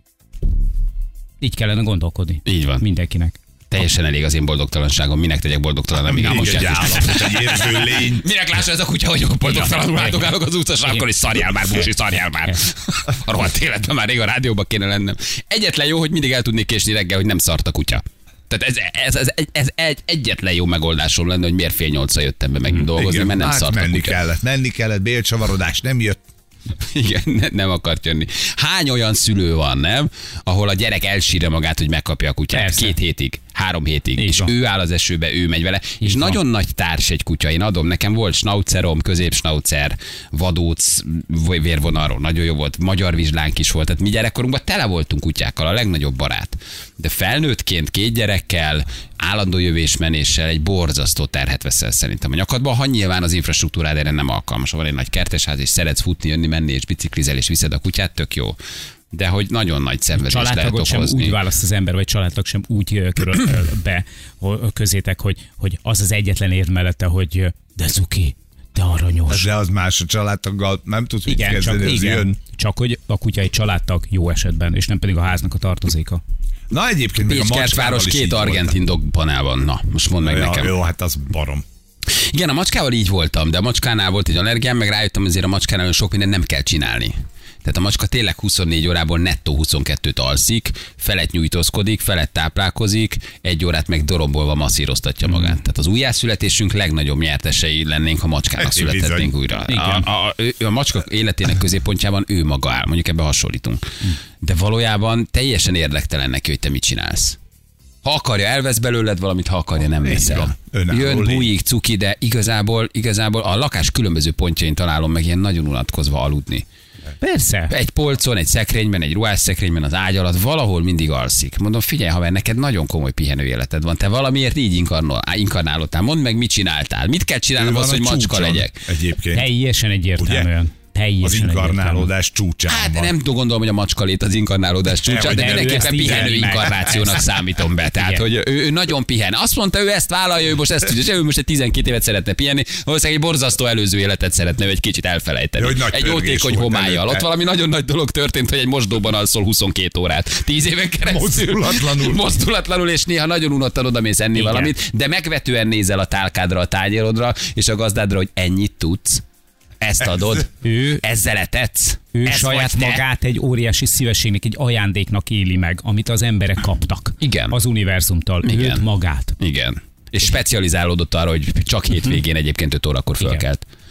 Speaker 4: Így kellene gondolkodni.
Speaker 2: Így van.
Speaker 4: Mindenkinek.
Speaker 2: Teljesen elég az én boldogtalanságom. Minek tegyek boldogtalan, amíg
Speaker 3: Még
Speaker 2: most
Speaker 3: egy állat, egy érző lény.
Speaker 2: Minek lássa ez a kutya, hogy boldogtalanul
Speaker 4: Igen.
Speaker 2: áldogálok az utcas, akkor is szarjál már, busi, szarjál már. A rohadt életben már rég a rádióban kéne lennem. Egyetlen jó, hogy mindig el tudnék késni reggel, hogy nem szart a kutya. Tehát ez, ez, ez, ez, ez egy, egyetlen jó megoldásom lenne, hogy miért fél nyolcra jöttem be megint dolgozni,
Speaker 3: Igen,
Speaker 2: mert nem
Speaker 3: hát
Speaker 2: szart a
Speaker 3: menni
Speaker 2: kutya.
Speaker 3: kellett, menni kellett, bélcsavarodás nem jött.
Speaker 2: Igen, ne, nem akart jönni. Hány olyan szülő van, nem? Ahol a gyerek elsírja magát, hogy megkapja a kutyát.
Speaker 4: Persze.
Speaker 2: Két hétig, három hétig.
Speaker 4: Így
Speaker 2: és
Speaker 4: van.
Speaker 2: ő áll az esőbe, ő megy vele. És
Speaker 4: van.
Speaker 2: nagyon nagy társ egy kutya. Én adom, nekem volt snauzerom, középsnauzer, vadóc, vagy vérvonalról. Nagyon jó volt. Magyar vizslánk is volt. Tehát mi gyerekkorunkban tele voltunk kutyákkal, a legnagyobb barát. De felnőttként két gyerekkel, állandó jövésmenéssel egy borzasztó terhet veszel szerintem a nyakadba, ha nyilván az infrastruktúrád erre nem alkalmas. Ha van egy nagy kertesház, és szeretsz futni, jönni, menni, és biciklizel, és viszed a kutyát, tök jó. De hogy nagyon nagy szenvedést lehet
Speaker 4: Családtagot sem
Speaker 2: okozni.
Speaker 4: úgy választ az ember, vagy családtag sem úgy ö, körül ö, be ho- közétek, hogy, hogy az az egyetlen érv mellette, hogy ö, de Zuki, de aranyos.
Speaker 3: De az más a családtaggal nem tudsz mit
Speaker 4: Igen, csak,
Speaker 3: kezdeni, az
Speaker 4: igen,
Speaker 3: jön.
Speaker 4: csak hogy a kutya egy családtag jó esetben, és nem pedig a háznak a tartozéka.
Speaker 3: Na egyébként még a
Speaker 2: Pécskertváros
Speaker 3: macskával is így
Speaker 2: két argentin dogpanel van. Na, most mondd meg
Speaker 3: voltam.
Speaker 2: nekem.
Speaker 3: Ja, jó, hát az barom.
Speaker 2: Igen, a macskával így voltam, de a macskánál volt egy allergiám, meg rájöttem, azért a macskánál olyan sok mindent nem kell csinálni. Tehát a macska tényleg huszonnégy órából nettó huszonkettőt alszik, felet nyújtózkodik, felet táplálkozik, egy órát meg dorombolva masszíroztatja magát. Tehát az újjászületésünk legnagyobb nyertesei lennénk, ha macskának
Speaker 3: Bizony.
Speaker 2: születhetnénk újra. A, a, a, a macska életének középpontjában ő maga áll, mondjuk ebbe hasonlítunk. De valójában teljesen érdektelen neki, hogy te mit csinálsz. Ha akarja, elvesz belőled valamit, ha akarja, nem
Speaker 3: Így
Speaker 2: veszel.
Speaker 3: van. Önálló
Speaker 2: Jön,
Speaker 3: lény.
Speaker 2: bújik, cuki, de igazából, igazából a lakás különböző pontjain találom meg ilyen nagyon unatkozva aludni.
Speaker 4: Persze.
Speaker 2: Egy polcon, egy szekrényben, egy ruhásszekrényben, az ágy alatt valahol mindig alszik. Mondom, figyelj, haver, neked nagyon komoly pihenő életed van. Te valamiért így inkarnál, inkarnálódtál. Mondd meg, mit csináltál. Mit kell csinálnom
Speaker 3: Ő
Speaker 2: az,
Speaker 3: van
Speaker 2: hogy
Speaker 3: a
Speaker 2: macska
Speaker 3: csúcson
Speaker 2: legyek?
Speaker 3: Egyébként.
Speaker 4: Teljesen egyértelműen. Teljesen
Speaker 3: Az inkarnálódás csúcsán
Speaker 2: Hát
Speaker 3: van.
Speaker 2: nem gondolom, hogy a macska lét az inkarnálódás csúcsa,
Speaker 3: Nehogy
Speaker 2: de
Speaker 3: nem, ő
Speaker 2: mindenképpen
Speaker 4: ezt
Speaker 2: pihenő
Speaker 4: így meg.
Speaker 2: inkarnációnak számítom be. Tehát,
Speaker 4: Igen.
Speaker 2: hogy ő, ő nagyon pihen. Azt mondta, ő ezt vállalja, ő most ezt tudja, ő most egy tizenkét évet szeretne pihenni, valószínűleg egy borzasztó előző életet szeretne, ő egy kicsit elfelejteni.
Speaker 3: Hogy nagy
Speaker 2: Egy
Speaker 3: pörgés
Speaker 2: jótékony
Speaker 3: volt
Speaker 2: homályjal.
Speaker 3: előtte.
Speaker 2: Ott valami nagyon nagy dolog történt, hogy egy mosdóban alszol huszonkét órát. Tíz éven keresztül.
Speaker 3: Mozdulatlanul.
Speaker 2: Mozdulatlanul, és néha nagyon unottan oda mész enni
Speaker 4: Igen.
Speaker 2: valamit, de megvetően nézel a tálkádra, a tányérodra, és a gazdádra, hogy ennyit tudsz. Ezt adod,
Speaker 4: Ő-
Speaker 2: ezzel etetsz,
Speaker 4: Ő
Speaker 2: ez
Speaker 4: saját
Speaker 2: vagy te.
Speaker 4: magát egy óriási szívességnek, egy ajándéknak éli meg, amit az emberek kaptak.
Speaker 2: Igen.
Speaker 4: Az univerzumtól.
Speaker 2: Igen.
Speaker 4: Őt magát.
Speaker 2: Igen. És specializálódott arra, hogy csak hétvégén egyébként öt órakor
Speaker 4: Igen.
Speaker 2: fölkelt.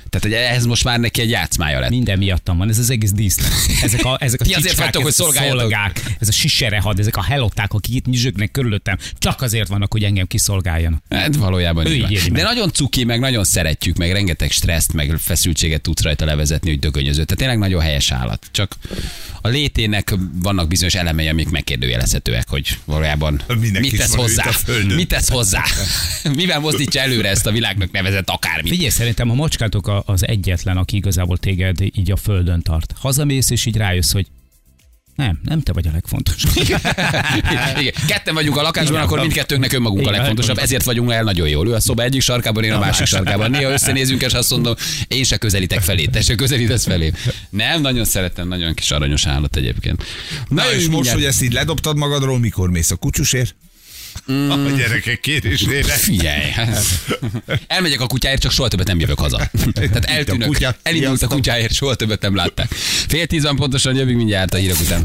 Speaker 2: Tehát hogy ehhez most már neki egy játszmája lett.
Speaker 4: Minden miattam van, ez az egész díszlet. Ezek a, ezek a
Speaker 2: Ti azért
Speaker 4: csicskák,
Speaker 2: vagytok, hogy
Speaker 4: ezek a
Speaker 2: szolgáljatok.
Speaker 4: szolgák, ez a siserehad, ezek a helották, akik itt nyüzsögnek körülöttem, csak azért vannak, hogy engem kiszolgáljanak.
Speaker 2: Hát valójában
Speaker 4: Ő
Speaker 2: így van.
Speaker 4: így éli
Speaker 2: De
Speaker 4: meg.
Speaker 2: nagyon cuki, meg nagyon szeretjük, meg rengeteg stresszt, meg feszültséget tudsz rajta levezetni, hogy dögönyöző. Tehát tényleg nagyon helyes állat. Csak a létének vannak bizonyos elemei, amik megkérdőjelezhetőek, hogy valójában
Speaker 3: Mindenki
Speaker 2: mit tesz
Speaker 3: is van,
Speaker 2: hozzá.
Speaker 3: mint a földön.
Speaker 2: Mit tesz hozzá? Mivel mozdítja előre ezt a világnak nevezett akármit?
Speaker 4: Figyelj, szerintem a macskátok a- az egyetlen, aki igazából téged így a földön tart. Hazamész, és így rájössz, hogy nem, nem te vagy a legfontosabb.
Speaker 2: Igen. Ketten vagyunk a lakásban, akkor mindkettőnknek önmagunk a
Speaker 4: Igen.
Speaker 2: legfontosabb, ezért vagyunk el nagyon jól. Ő a szoba egyik sarkában, én a másik sarkában. Néha összenézünk, és azt mondom, én se közelítek felé, te se közelítesz felé. Nem, nagyon szeretem, nagyon kis aranyos állat egyébként.
Speaker 3: Na, és
Speaker 2: jöjjünk
Speaker 3: most,
Speaker 2: mindjárt.
Speaker 3: hogy ezt így ledobtad magadról, mikor mész a kutyusért? Mm. A gyerekek kérésére.
Speaker 2: Figyelj, elmegyek a kutyáért, csak soha többet nem jövök haza. Tehát eltűnök,
Speaker 3: kutya.
Speaker 2: elindult a
Speaker 3: Sziasztok.
Speaker 2: kutyáért, soha többet nem látták. Fél tíz van pontosan, jövünk mindjárt a hírek után.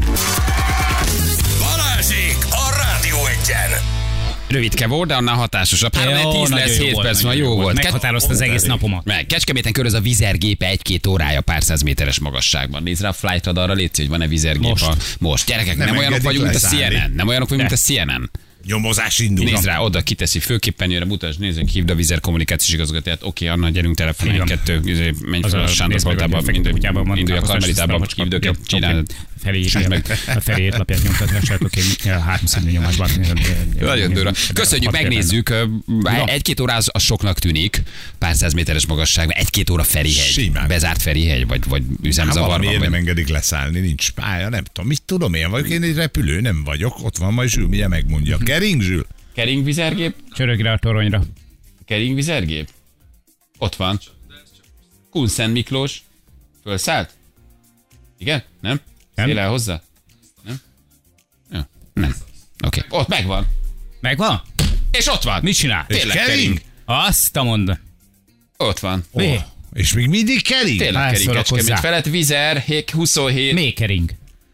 Speaker 1: Balázsék a Rádió Egyen.
Speaker 2: Rövidke volt, de annál hatásosabb. három
Speaker 4: Jó,
Speaker 2: tíz
Speaker 4: nagyon
Speaker 2: lesz,
Speaker 4: jó
Speaker 2: hét
Speaker 4: volt,
Speaker 2: perc van,
Speaker 4: nagyon
Speaker 2: jó volt.
Speaker 4: Meghatározta az egész napomat.
Speaker 2: Meg Kecskeméten köröz a vizergépe egy-két órája pár száz méteres magasságban. Nézd rá a flight radarra, légy, hogy van-e vizergép.
Speaker 4: Most.
Speaker 2: A... Most. Gyerekek, nem,
Speaker 3: Nem
Speaker 2: olyanok
Speaker 3: engedik
Speaker 2: vagyunk, mint a
Speaker 3: leszállni.
Speaker 2: C N N. Nem olyanok vagyunk,
Speaker 4: De.
Speaker 2: mint a C N N.
Speaker 3: Nyomozás indul.
Speaker 2: Nézd rá, oda kiteszi főképernyőre, mutasd, nézzük, hívd a vizer kommunikációs igazgatóját. Oké, Anna, gyerünk telefonon,
Speaker 4: Igen.
Speaker 2: kettő, izé, menj
Speaker 4: Az
Speaker 2: fel a
Speaker 4: a
Speaker 2: Sándor
Speaker 4: nézd meg,
Speaker 2: Paltába,
Speaker 4: hogy a fekete kutyában van,
Speaker 2: indulj a
Speaker 4: káposztás,
Speaker 2: Karmelitába,
Speaker 4: most
Speaker 2: hívd őket,
Speaker 4: jó,
Speaker 2: csinálj.
Speaker 4: oké. Felé, a felé étlapját nyomtatását, oké, háromszínű nyomásban.
Speaker 2: Nagyon durva. Köszönjük, megnézzük. Egy-két óra az, az soknak tűnik, pár száz méteres magasságban. Egy-két óra Ferihegy.
Speaker 3: Simán.
Speaker 2: Bezárt Ferihegy, vagy, vagy
Speaker 3: Hát
Speaker 2: üzemzavarban.
Speaker 3: valamiért
Speaker 2: Vagy...
Speaker 3: nem engedik leszállni, nincs pálya, nem tudom, mit tudom én vagyok, én egy repülő, nem vagyok, ott van majd Zsül, mindjárt megmondja. Kering Zsül?
Speaker 2: Kering vizergép?
Speaker 4: Csörög rá a toronyra.
Speaker 2: Kering vizergép? Ott van. Kunszent Miklós. Fölszállt? Igen? Nem?
Speaker 4: Nem.
Speaker 2: Szél el hozzá? Nem? Ja. Nem. Oké. Okay. Ott megvan.
Speaker 4: Megvan?
Speaker 2: És ott van.
Speaker 4: Mit csinál?
Speaker 3: És
Speaker 2: Tényleg
Speaker 3: kering?
Speaker 2: kering.
Speaker 4: Azt a mondd.
Speaker 2: Ott van.
Speaker 4: Mi?
Speaker 3: És még mindig kering?
Speaker 2: Tényleg kering
Speaker 4: Hányszor
Speaker 2: Kecskemét
Speaker 4: hozzá?
Speaker 2: felett. Vizer, huszonhét.
Speaker 4: Még kering.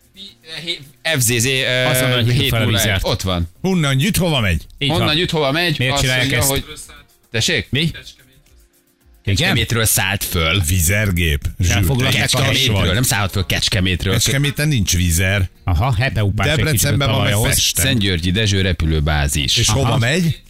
Speaker 2: F Z Z
Speaker 4: Azonnal hívjuk fel a vizert.
Speaker 2: Ott van.
Speaker 3: Honnan jut, hova megy?
Speaker 4: Így
Speaker 2: Honnan
Speaker 4: van.
Speaker 2: jut, hova megy?
Speaker 4: Miért
Speaker 2: Azt
Speaker 4: csinálják
Speaker 2: mondja,
Speaker 4: ezt?
Speaker 2: hogy... Tessék?
Speaker 4: Mi? Igen?
Speaker 2: Kecskemétről szállt föl.
Speaker 3: Vizergép. Zsül,
Speaker 4: Elfoglalták
Speaker 3: te
Speaker 4: a
Speaker 3: kas
Speaker 2: Kecskemétről,
Speaker 3: vagy.
Speaker 2: nem szállhat föl Kecskemétről.
Speaker 3: Kecskeméten nincs vízer.
Speaker 4: Aha, hebeupás egy kicsit a
Speaker 3: Debrecenben van meg
Speaker 4: talajhoz.
Speaker 3: Pesten.
Speaker 2: Szentgyörgyi Dezső repülőbázis.
Speaker 3: És
Speaker 4: Aha.
Speaker 3: hova megy?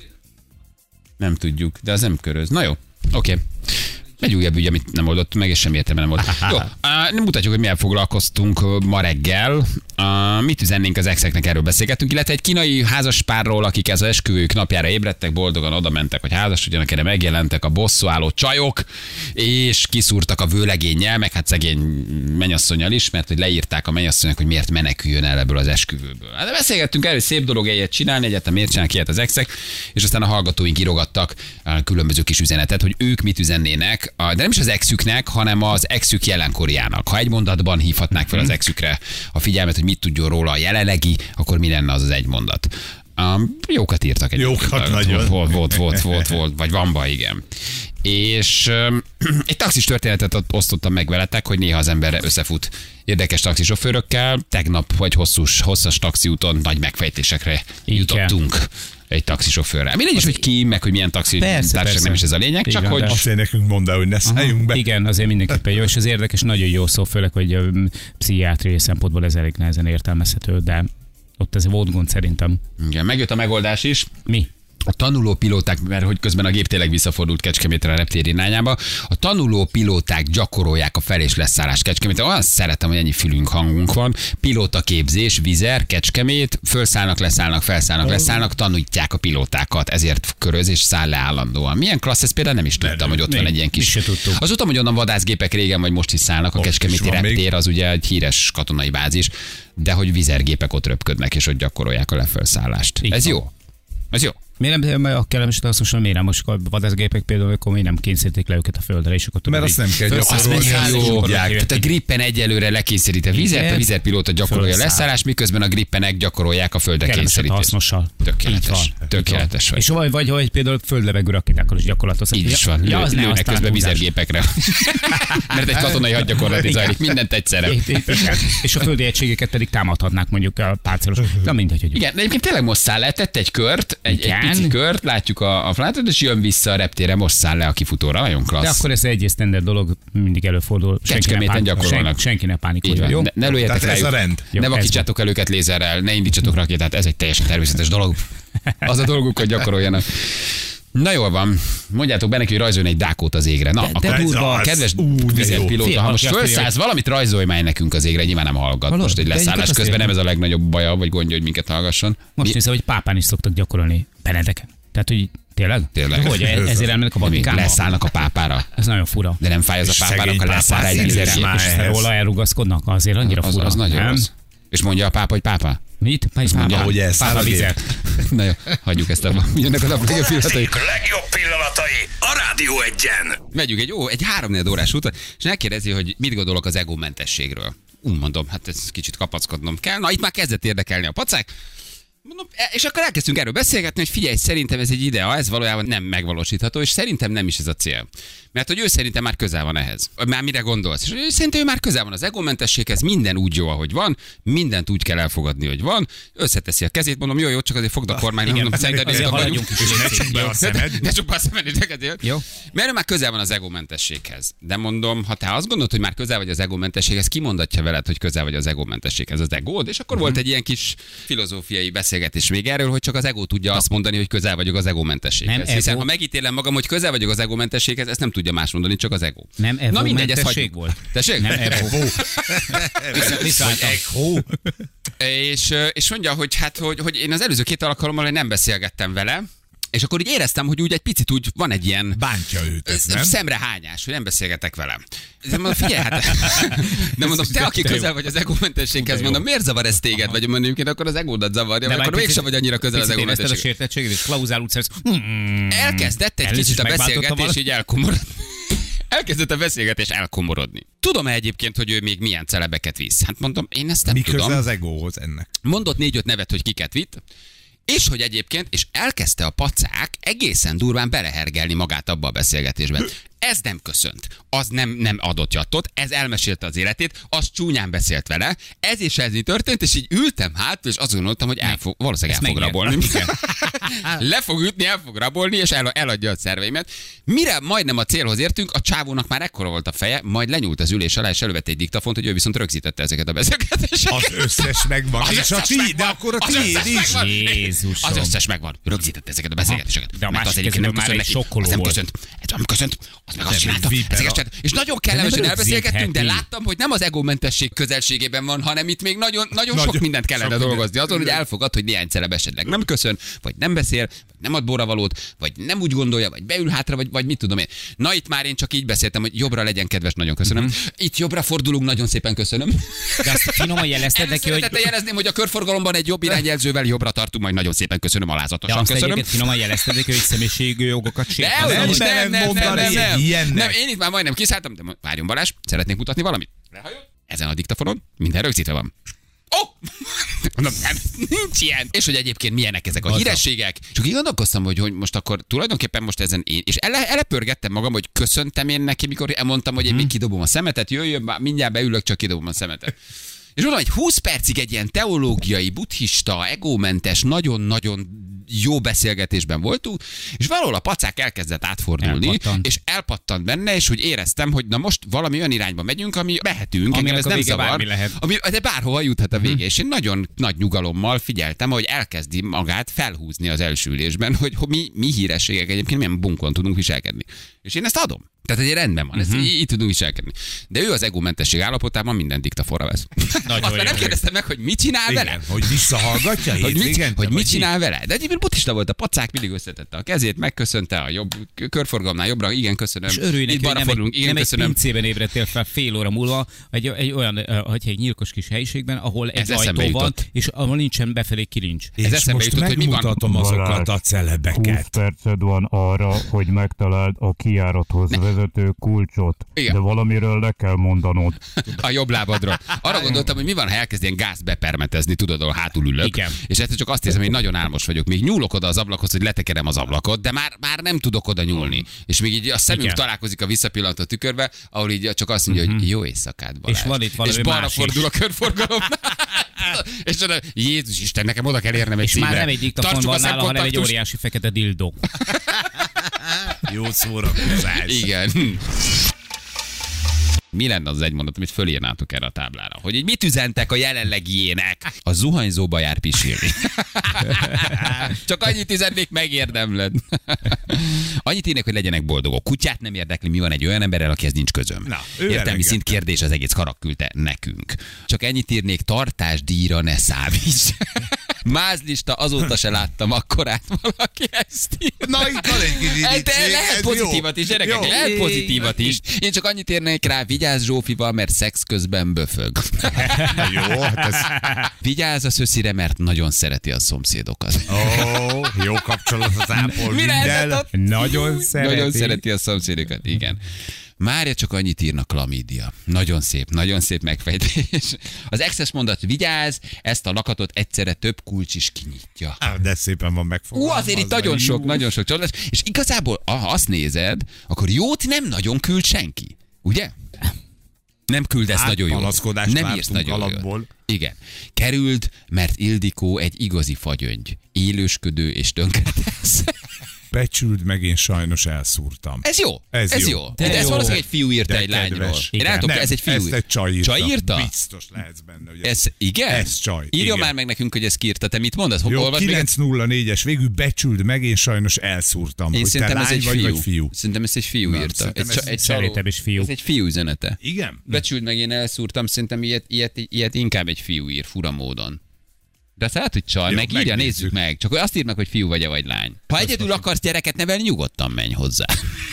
Speaker 2: Nem tudjuk, de az nem köröz. Na jó, oké. Egy újabb ügy, amit nem oldott meg, és sem értelme nem volt. Jó, uh, nem mutatjuk, hogy milyen foglalkoztunk uh, ma reggel. Uh, mit üzennénk az exeknek, erről beszélgettünk, illetve egy kínai házaspárról, akik ez az esküvőjük napjára ébredtek, boldogan oda mentek, hogy házasodjanak, erre megjelentek a bosszúálló csajok, és kiszúrtak a vőlegénnyel, meg hát szegény mennyasszonnyal is, mert hogy leírták a mennyasszonynak, hogy miért meneküljön el ebből az esküvőből. Hát de beszélgettünk erről, hogy szép dolog ilyet csinálni, egyáltalán miért csinálnak ilyet az exek, és aztán a hallgatóink írogattak uh, különböző kis üzenetet, hogy ők mit üzennének, de nem is az exüknek, hanem az exük jelenkoriának. Ha egy mondatban hívhatnák fel az exükre a figyelmet, hogy mit tudjon róla a jelenlegi, akkor mi lenne az az egy mondat? Um, jókat írtak egyébként.
Speaker 3: Jókat nagyon.
Speaker 2: Volt, volt, volt, volt, volt, vagy van baj, igen. És um, egy taxis történetet osztottam meg veletek, hogy néha az ember összefut érdekes taxisofőrökkel. Tegnap vagy hosszús, hosszas taxiúton nagy megfejtésekre
Speaker 4: Igen.
Speaker 2: jutottunk egy taxisofőrrel. Mindegy is, hogy ki, meg hogy milyen taxi
Speaker 4: Persze,
Speaker 2: társaság,
Speaker 4: persze.
Speaker 2: nem is ez a lényeg, csak
Speaker 4: Igen,
Speaker 2: hogy...
Speaker 4: de-
Speaker 3: Azt nekünk mondd el, hogy ne szálljunk be.
Speaker 4: Igen, azért mindenképpen jó, és az érdekes, nagyon jó szó, főleg, hogy ö, pszichiátriai szempontból ez elég nehezen értelmezhető, de ott ez volt gond szerintem.
Speaker 2: Igen, megjött a megoldás is.
Speaker 4: Mi?
Speaker 2: A tanuló pilóták, mert hogy közben a gép tényleg visszafordult Kecskemétre a reptér irányába, a tanuló pilóták gyakorolják a fel- és leszállást Kecskemétre. Olyan szeretem, hogy ennyi fülünk, hangunk van. Pilóta képzés, Vizer, Kecskemét, fölszállnak, leszállnak, felszállnak, leszállnak, tanítják a pilótákat, ezért köröz és száll le állandóan. Milyen klassz, ezt például nem is tudtam, hogy ott van egy ilyen
Speaker 4: mi
Speaker 2: kis...
Speaker 4: se tudtuk.
Speaker 2: Az tudtam, hogy onnan vadászgépek régen vagy most is szállnak, a
Speaker 3: Most
Speaker 2: Kecskeméti
Speaker 3: is van még.
Speaker 2: reptér, az ugye egy híres katonai bázis, de hogy vizergépek ott röpködnek, és ott gyakorolják a lefölszállást.
Speaker 4: Így
Speaker 2: Ez
Speaker 4: van.
Speaker 2: jó. Ez jó.
Speaker 4: Miért nem, a kellemes hasznosan miért nem? Most a vadászgépek például, akkor miért nem kényszerítik le őket a földre, és akkor tudod,
Speaker 3: Mert azt nem kell
Speaker 2: Azt
Speaker 3: gyakorolni.
Speaker 2: meg
Speaker 3: Azt
Speaker 2: jó.
Speaker 3: tudják.
Speaker 2: Tehát a Gripen egyelőre lekényszerít a vizet,
Speaker 4: Igen.
Speaker 2: a vizerpilóta gyakorolja a
Speaker 4: Fölszáll.
Speaker 2: leszállás, miközben a Grippenek gyakorolják a földre
Speaker 4: kellemes
Speaker 2: kényszerítést.
Speaker 4: hasznossal. Így
Speaker 2: Tökéletes.
Speaker 4: van.
Speaker 2: Tökéletes vagy.
Speaker 4: És vagy, vagy hogy például földlevegő rakétákkal is gyakorlatoz.
Speaker 2: Így is van.
Speaker 4: Ja,
Speaker 2: Lő,
Speaker 4: az ne,
Speaker 2: lőnek
Speaker 4: aztán
Speaker 2: közben
Speaker 4: túlzás.
Speaker 2: vizergépekre. Mert egy katonai hadgyakorlat
Speaker 4: Igen.
Speaker 2: zajlik. Mindent egyszerre.
Speaker 4: Itt- itt- igen. És a földi egységeket pedig támadhatnák mondjuk a páncélos. Na mindegy, hogy
Speaker 2: Igen, de egyébként tényleg most száll le, tett egy kört, egy, egy
Speaker 4: Igen.
Speaker 2: pici kört, látjuk a, a flátot, és jön vissza a reptére, most száll le a kifutóra, nagyon klassz.
Speaker 4: De akkor ez egy standard dolog, mindig előfordul.
Speaker 2: Kecskeméten gyakorolnak.
Speaker 4: Senki, senki ne pánikolja, jó?
Speaker 2: Ne, ne lőjetek
Speaker 3: Tehát ez
Speaker 2: rájuk.
Speaker 3: a rend.
Speaker 2: Ne vakítsátok el őket lézerrel, ne indítsatok rakétát, ez egy teljesen természetes dolog. Az a dolguk, hogy gyakoroljanak. Na jól van, mondjátok be neki, hogy rajzoljon egy dákót az égre. Na,
Speaker 4: De- de
Speaker 2: akkor
Speaker 4: durva.
Speaker 2: kedves
Speaker 3: Ú, de jó.
Speaker 2: pilóta, ha most
Speaker 4: Fél, aki azt
Speaker 2: felszállsz, valamit rajzolj már nekünk az égre, nyilván nem hallgat.
Speaker 4: Valami,
Speaker 2: Most egy
Speaker 4: de
Speaker 2: leszállás
Speaker 4: egyébként
Speaker 2: közben
Speaker 4: azt
Speaker 2: nem ez a legnagyobb baja, vagy gondja, hogy minket hallgasson.
Speaker 4: Most
Speaker 2: Mi-
Speaker 4: nézem, hogy pápán is szoktak gyakorolni Benedeken. Tehát, hogy tényleg?
Speaker 2: Tényleg.
Speaker 4: De hogy e- ezért elmennek a
Speaker 2: Mi,
Speaker 4: Vatikánba?
Speaker 2: leszállnak a pápára.
Speaker 4: Ez nagyon fura.
Speaker 2: De nem fáj az a
Speaker 3: És
Speaker 2: pápának,
Speaker 3: szegény
Speaker 2: ha leszáll
Speaker 3: pápát
Speaker 2: egy
Speaker 3: színes
Speaker 2: lízerjét.
Speaker 3: már.
Speaker 4: És aztán
Speaker 3: ehhez.
Speaker 4: róla elrugaszkodnak, azért annyira
Speaker 2: Az,
Speaker 4: fura.
Speaker 2: az nagyon
Speaker 4: nem?
Speaker 2: rossz. És mondja a pápa, hogy pápa?
Speaker 4: Mit? Pápa,
Speaker 2: mondja,
Speaker 4: pápa,
Speaker 3: hogy elszáll
Speaker 4: pápa
Speaker 3: a gép.
Speaker 4: vizet.
Speaker 2: Na jó, hagyjuk ezt a... Jönnek a nap legjobb pillanatai.
Speaker 1: legjobb pillanatai a Rádió Egyen.
Speaker 2: Megyünk egy, ó, egy háromnegyed órás úton, és megkérdezi, hogy mit gondolok az egómentességről. Úgy mondom, hát ez kicsit kapackodnom kell. Na, itt már kezdett érdekelni a pacák. Mondom, e- és akkor elkezdtünk erről beszélgetni, hogy figyelj, szerintem ez egy idea, ez valójában nem megvalósítható, és szerintem nem is ez a cél. Mert hogy ő szerintem már közel van ehhez. Már mire gondolsz? És hogy ő szerintem ő már közel van az egómentességhez, minden úgy jó, ahogy van, mindent úgy kell elfogadni, hogy van. Összeteszi a kezét, mondom, jó, jó, csak azért fogd a kormány,
Speaker 4: Igen,
Speaker 2: mondom,
Speaker 4: azért
Speaker 2: szerinted
Speaker 4: haladjunk is.
Speaker 3: És ne csukd be a szemed.
Speaker 2: ne csak azt menni, neked jön.
Speaker 4: Jó.
Speaker 2: Mert ő már közel van az egómentességhez. De mondom, ha te azt gondolod, hogy már közel vagy az egómentességhez, ki mondatja veled, hogy közel vagy az egómentességhez? Az egód? És akkor volt egy ilyen kis filozófiai beszélgetés még erről, hogy csak az egó tudja azt mondani, hogy közel vagyok az egómentességhez.
Speaker 4: Nem
Speaker 2: Hiszen
Speaker 4: egó.
Speaker 2: ha megítélem magam, hogy közel vagyok az egómentességhez, ezt nem tudja más mondani, csak az egó.
Speaker 4: Nem
Speaker 2: Na mindegy, ezt
Speaker 4: egómentesség
Speaker 2: hagyjuk.
Speaker 4: volt.
Speaker 2: Tessék?
Speaker 4: Nem egó. Viszont
Speaker 2: És, és mondja, hogy hát, hogy, hogy én az előző két alkalommal nem beszélgettem vele, és akkor úgy éreztem, hogy úgy egy picit úgy van egy ilyen
Speaker 3: Bántja őt, ez nem?
Speaker 2: szemrehányás, hogy nem beszélgetek velem. De mondom, figyelj, hát, de mondom, te, aki közel vagy az egómentességhez, mondom, miért zavar ez téged? Vagy mondom, egyébként akkor az egódat zavarja, vagy akkor mégsem vagy annyira közel az
Speaker 4: picit érezted a
Speaker 2: egómentességhez.
Speaker 4: sértettséget, és klauzál utcán,
Speaker 2: Elkezdett egy
Speaker 4: Először
Speaker 2: kicsit a
Speaker 4: is megbántottam
Speaker 2: beszélgetés
Speaker 4: valakit.
Speaker 2: így elkomorodni. Elkezdett a beszélgetés elkomorodni. Tudom egyébként, hogy ő még milyen celebeket visz. Hát mondom, én ezt nem
Speaker 3: Mi
Speaker 2: tudom.
Speaker 3: köze az egóhoz ennek?
Speaker 2: Mondott négy-öt nevet, hogy kiket vitt, és hogy egyébként, és elkezdte a pacák egészen durván belehergelni magát abba a beszélgetésben. Ez nem köszönt, az nem, nem adott jattot, ez elmesélte az életét, az csúnyán beszélt vele, ez és ez így történt, és így ültem hát, és azt gondoltam, hogy el fog, valószínűleg el fog rabolni. Le fog ütni, el fog rabolni, és el, eladja a szerveimet. Mire majdnem a célhoz értünk, a csávónak már ekkora volt a feje, majd lenyúlt az ülés alá, és elővette egy diktafont, hogy ő viszont rögzítette ezeket a beszélgetéseket.
Speaker 3: Az összes megvan.
Speaker 2: Az
Speaker 3: És a
Speaker 2: összes
Speaker 3: ti,
Speaker 2: megvan.
Speaker 3: de akkor a
Speaker 2: Az
Speaker 3: tiéd
Speaker 2: összes
Speaker 3: is.
Speaker 2: megvan.
Speaker 4: Jézusom.
Speaker 2: Az összes megvan. Rögzített ezeket a beszélgetéseket.
Speaker 4: De a
Speaker 2: Mert
Speaker 4: másik
Speaker 2: egyébként
Speaker 4: kezében már egy
Speaker 2: neki.
Speaker 4: sokkoló
Speaker 2: Az nem
Speaker 4: volt.
Speaker 2: köszönt. Ez nem köszönt. Az meg azt
Speaker 3: Nem,
Speaker 2: csinálta.
Speaker 3: egy viper.
Speaker 2: Ezeket csinált. És nagyon kellemesen
Speaker 4: nem
Speaker 2: elbeszélgettünk, de
Speaker 4: rögzítheti.
Speaker 2: láttam, hogy nem az egómentesség közelségében van, hanem itt még nagyon, nagyon sok
Speaker 3: Nagyon
Speaker 2: mindent kellene
Speaker 3: sok minden.
Speaker 2: dolgozni. Azon, hogy elfogad, hogy néhány celeb esetleg nem köszön, vagy nem beszél, vagy nem ad borravalót, vagy nem úgy gondolja, vagy beül hátra, vagy, vagy mit tudom én. Na itt már én csak így beszéltem, hogy jobbra legyen kedves, nagyon köszönöm.
Speaker 3: Mhm.
Speaker 2: Itt jobbra fordulunk, nagyon szépen köszönöm.
Speaker 4: De azt finoman jelezted neki, hogy...
Speaker 2: Először jelezném, hogy a körforgalomban egy jobb irányjelzővel jobbra tartunk, majd nagyon szépen köszönöm,
Speaker 4: De
Speaker 2: alázatosan
Speaker 4: azt
Speaker 2: köszönöm.
Speaker 4: egyébként finoman jelezted neki, hogy személyiségi jogokat
Speaker 2: De
Speaker 4: sért.
Speaker 2: hogy
Speaker 3: nem
Speaker 2: is,
Speaker 3: merem
Speaker 2: nem, nem, nem,
Speaker 3: mondani
Speaker 2: nem, nem.
Speaker 3: egy ilyennek.
Speaker 2: Nem, én itt már majdnem kiszálltam, de várjon Balázs, szeretnék mutatni valamit. Lehajol? Ezen a diktafonon minden rögzítve van. Ó! Oh! Mondom, nem, nincs ilyen. És hogy egyébként milyenek ezek a hírességek. Csak így gondolkoztam, hogy, hogy most akkor tulajdonképpen most ezen én, és ele, elepörgettem magam, hogy köszöntem én neki, mikor elmondtam, hogy én még kidobom a szemetet, jöjjön, már mindjárt beülök, csak kidobom a szemetet. És mondom, hogy húsz percig egy ilyen teológiai, buddhista, egómentes, nagyon-nagyon jó beszélgetésben voltunk, és valahol a pacák elkezdett átfordulni,
Speaker 4: Elpattant.
Speaker 2: és elpattant benne, és úgy éreztem, hogy na most valami olyan irányba megyünk, ami mehetünk, engem
Speaker 4: Aminek
Speaker 2: ez
Speaker 4: a
Speaker 2: nem
Speaker 4: vége
Speaker 2: zavar,
Speaker 4: bármi lehet.
Speaker 2: ami, de bárhova juthat a vége, és én nagyon nagy nyugalommal figyeltem, hogy elkezdi magát felhúzni az első ülésben, hogy, hogy mi, mi hírességek egyébként milyen bunkon tudunk viselkedni. És én ezt adom. Tehát egy rendben van, ezt
Speaker 4: Mhm.
Speaker 2: így, így tudunk viselkedni. De ő az egómentesség állapotában minden diktaforra vesz.
Speaker 4: Nagyon
Speaker 2: Aztán
Speaker 4: jó.
Speaker 2: nem kérdeztem meg, hogy mit csinál vele.
Speaker 3: Igen, hogy visszahallgatja
Speaker 2: Hogy mit,
Speaker 3: hétvégente,
Speaker 2: hogy mit
Speaker 3: vagy
Speaker 2: csinál vele? De egyébként buddhista volt a pacák, mindig összetette a kezét, megköszönte a jobb körforgalomnál jobbra, igen, köszönöm.
Speaker 4: És örülj neki,
Speaker 2: Itt
Speaker 4: hogy
Speaker 2: balra
Speaker 4: nem,
Speaker 2: fordulunk,
Speaker 4: egy,
Speaker 2: igen,
Speaker 4: nem egy
Speaker 2: köszönöm.
Speaker 4: pincében ébredtél fel fél óra múlva, egy, egy olyan, eh, hogy egy nyírkos kis helyiségben, ahol egy
Speaker 2: Ez eszembe
Speaker 4: ajtó van,
Speaker 2: jutott.
Speaker 4: és ahol nincsen befelé kilincs.
Speaker 3: És
Speaker 2: Ez eszembe
Speaker 3: most
Speaker 2: jutott, hogy mi van.
Speaker 3: megmutatom azokat a
Speaker 5: húsz
Speaker 3: celebeket.
Speaker 5: perced van arra, hogy megtaláld a kijárathoz
Speaker 2: Ne,
Speaker 5: vezető bevezető kulcsot,
Speaker 2: Igen.
Speaker 5: de valamiről le kell mondanod.
Speaker 2: A jobb lábadról. Arra gondoltam, hogy mi van, ha elkezd ilyen gáz bepermetezni, tudod, ahol hátul ülök.
Speaker 4: Igen.
Speaker 2: És egyszer csak azt érzem, hogy nagyon álmos vagyok. Még nyúlok oda az ablakhoz, hogy letekerem az ablakot, de már, már nem tudok oda nyúlni. És még így a szemünk
Speaker 4: Igen.
Speaker 2: találkozik a visszapillantó tükörbe, ahol így csak azt mondja, hogy jó éjszakát, Balázs.
Speaker 4: És van itt valami
Speaker 2: És balra
Speaker 4: más
Speaker 2: fordul
Speaker 4: is.
Speaker 2: a körforgalom. És oda, Jézus Isten, nekem oda kell érnem egy
Speaker 4: És már
Speaker 2: színre.
Speaker 4: nem egy diktafon
Speaker 2: Tartsuk a
Speaker 4: van nála, hanem egy
Speaker 2: szemkontaktust.
Speaker 4: óriási fekete dildó.
Speaker 3: Jó szórakozás.
Speaker 2: Igen. Mi lenne az egy mondat, amit fölírnátok erre a táblára? Hogy így mit üzentek a jelenlegiének? A zuhanyzóba jár pisilni. Csak annyit üzennék, megérdemled. Annyit írnék, hogy legyenek boldogok. Kutyát nem érdekli, mi van egy olyan emberrel, akihez nincs közöm.
Speaker 3: Na, ő
Speaker 2: Értelmi
Speaker 3: elengedte.
Speaker 2: szint kérdés, az egész karak küldte nekünk. Csak ennyit írnék, tartásdíjra ne számíts. Mázlista, azóta se láttam akkorát valaki ezt ír.
Speaker 3: Na, itt van egy kis
Speaker 2: De
Speaker 3: irítség,
Speaker 2: lehet
Speaker 3: ez
Speaker 2: pozitívat
Speaker 3: jó.
Speaker 2: is, gyerekek,
Speaker 3: Jó.
Speaker 2: lehet pozitívat is. Én csak annyit érnék rá, vigyázz Zsófival, mert szex közben böfög.
Speaker 3: Na jó, hát ez...
Speaker 2: Vigyázz a szöszire, mert nagyon szereti a szomszédokat.
Speaker 3: Ó, jó kapcsolatot ápol
Speaker 2: Mi lehetett
Speaker 3: minden.
Speaker 2: ott?
Speaker 4: Nagyon szereti.
Speaker 2: Nagyon szereti a szomszédokat, igen. Mária csak annyit írnak, klamídia. Nagyon szép, nagyon szép megfejtés. Az exes mondat, vigyázz, ezt a lakatot egyszerre több kulcs is kinyitja.
Speaker 3: Á, de szépen van
Speaker 2: Ú,
Speaker 3: megfogalmazva.
Speaker 2: azért itt nagyon
Speaker 3: Jó.
Speaker 2: sok, nagyon sok csalódás. És igazából, ha azt nézed, akkor jót nem nagyon küld senki. Ugye? Nem küldesz nagyon jól.
Speaker 3: Átpanaszkodást
Speaker 2: Nem
Speaker 3: vártunk
Speaker 2: írsz nagyon jól.
Speaker 3: alapból.
Speaker 2: Igen. Kerüld, mert Ildikó egy igazi fagyöngy. Élősködő és tönkretesz.
Speaker 3: Becsüld meg, én sajnos elszúrtam.
Speaker 2: Ez jó.
Speaker 3: Ez
Speaker 2: Ez
Speaker 3: jó.
Speaker 2: jó. De,
Speaker 3: De
Speaker 2: ez
Speaker 3: jó.
Speaker 2: valószínűleg egy fiú írta
Speaker 3: De
Speaker 2: egy
Speaker 3: kedves.
Speaker 2: lányról. Én
Speaker 4: Igen.
Speaker 2: nem tudom,
Speaker 3: Nem,
Speaker 2: ez egy fiú.
Speaker 3: ezt egy csaj írta.
Speaker 2: Csaj írta?
Speaker 3: Biztos lehetsz benne. Ugye?
Speaker 2: Ez, igen?
Speaker 3: Ez csaj.
Speaker 2: Írja
Speaker 3: Igen.
Speaker 2: már meg nekünk, hogy ez ki írta. Te mit mondasz?
Speaker 3: Jó,
Speaker 2: Olvasd még
Speaker 3: kilenc nulla négyes, végül becsüld meg, én sajnos elszúrtam.
Speaker 2: Én
Speaker 3: hogy te
Speaker 2: szerintem ez
Speaker 3: lány
Speaker 2: egy
Speaker 3: vagy,
Speaker 2: fiú.
Speaker 3: vagy fiú.
Speaker 2: Szerintem ez egy fiú
Speaker 3: Nem,
Speaker 2: írta.
Speaker 3: szerintem
Speaker 2: Egy,
Speaker 3: ez-
Speaker 2: csa- egy
Speaker 4: Szerintem is fiú.
Speaker 2: Ez egy fiú üzenete.
Speaker 3: Igen?
Speaker 2: Becsüld meg, én elszúrtam, szerintem ilyet, ilyet, ilyet inkább egy fiú ír, fura módon. De azt lehet, hogy csaj,
Speaker 3: Jó,
Speaker 2: megírja,
Speaker 3: megnézzük.
Speaker 2: nézzük meg. Csak azt írd meg, hogy fiú vagy-e vagy lány. Ha egyedül akarsz gyereket nevelni, nyugodtan menj hozzá.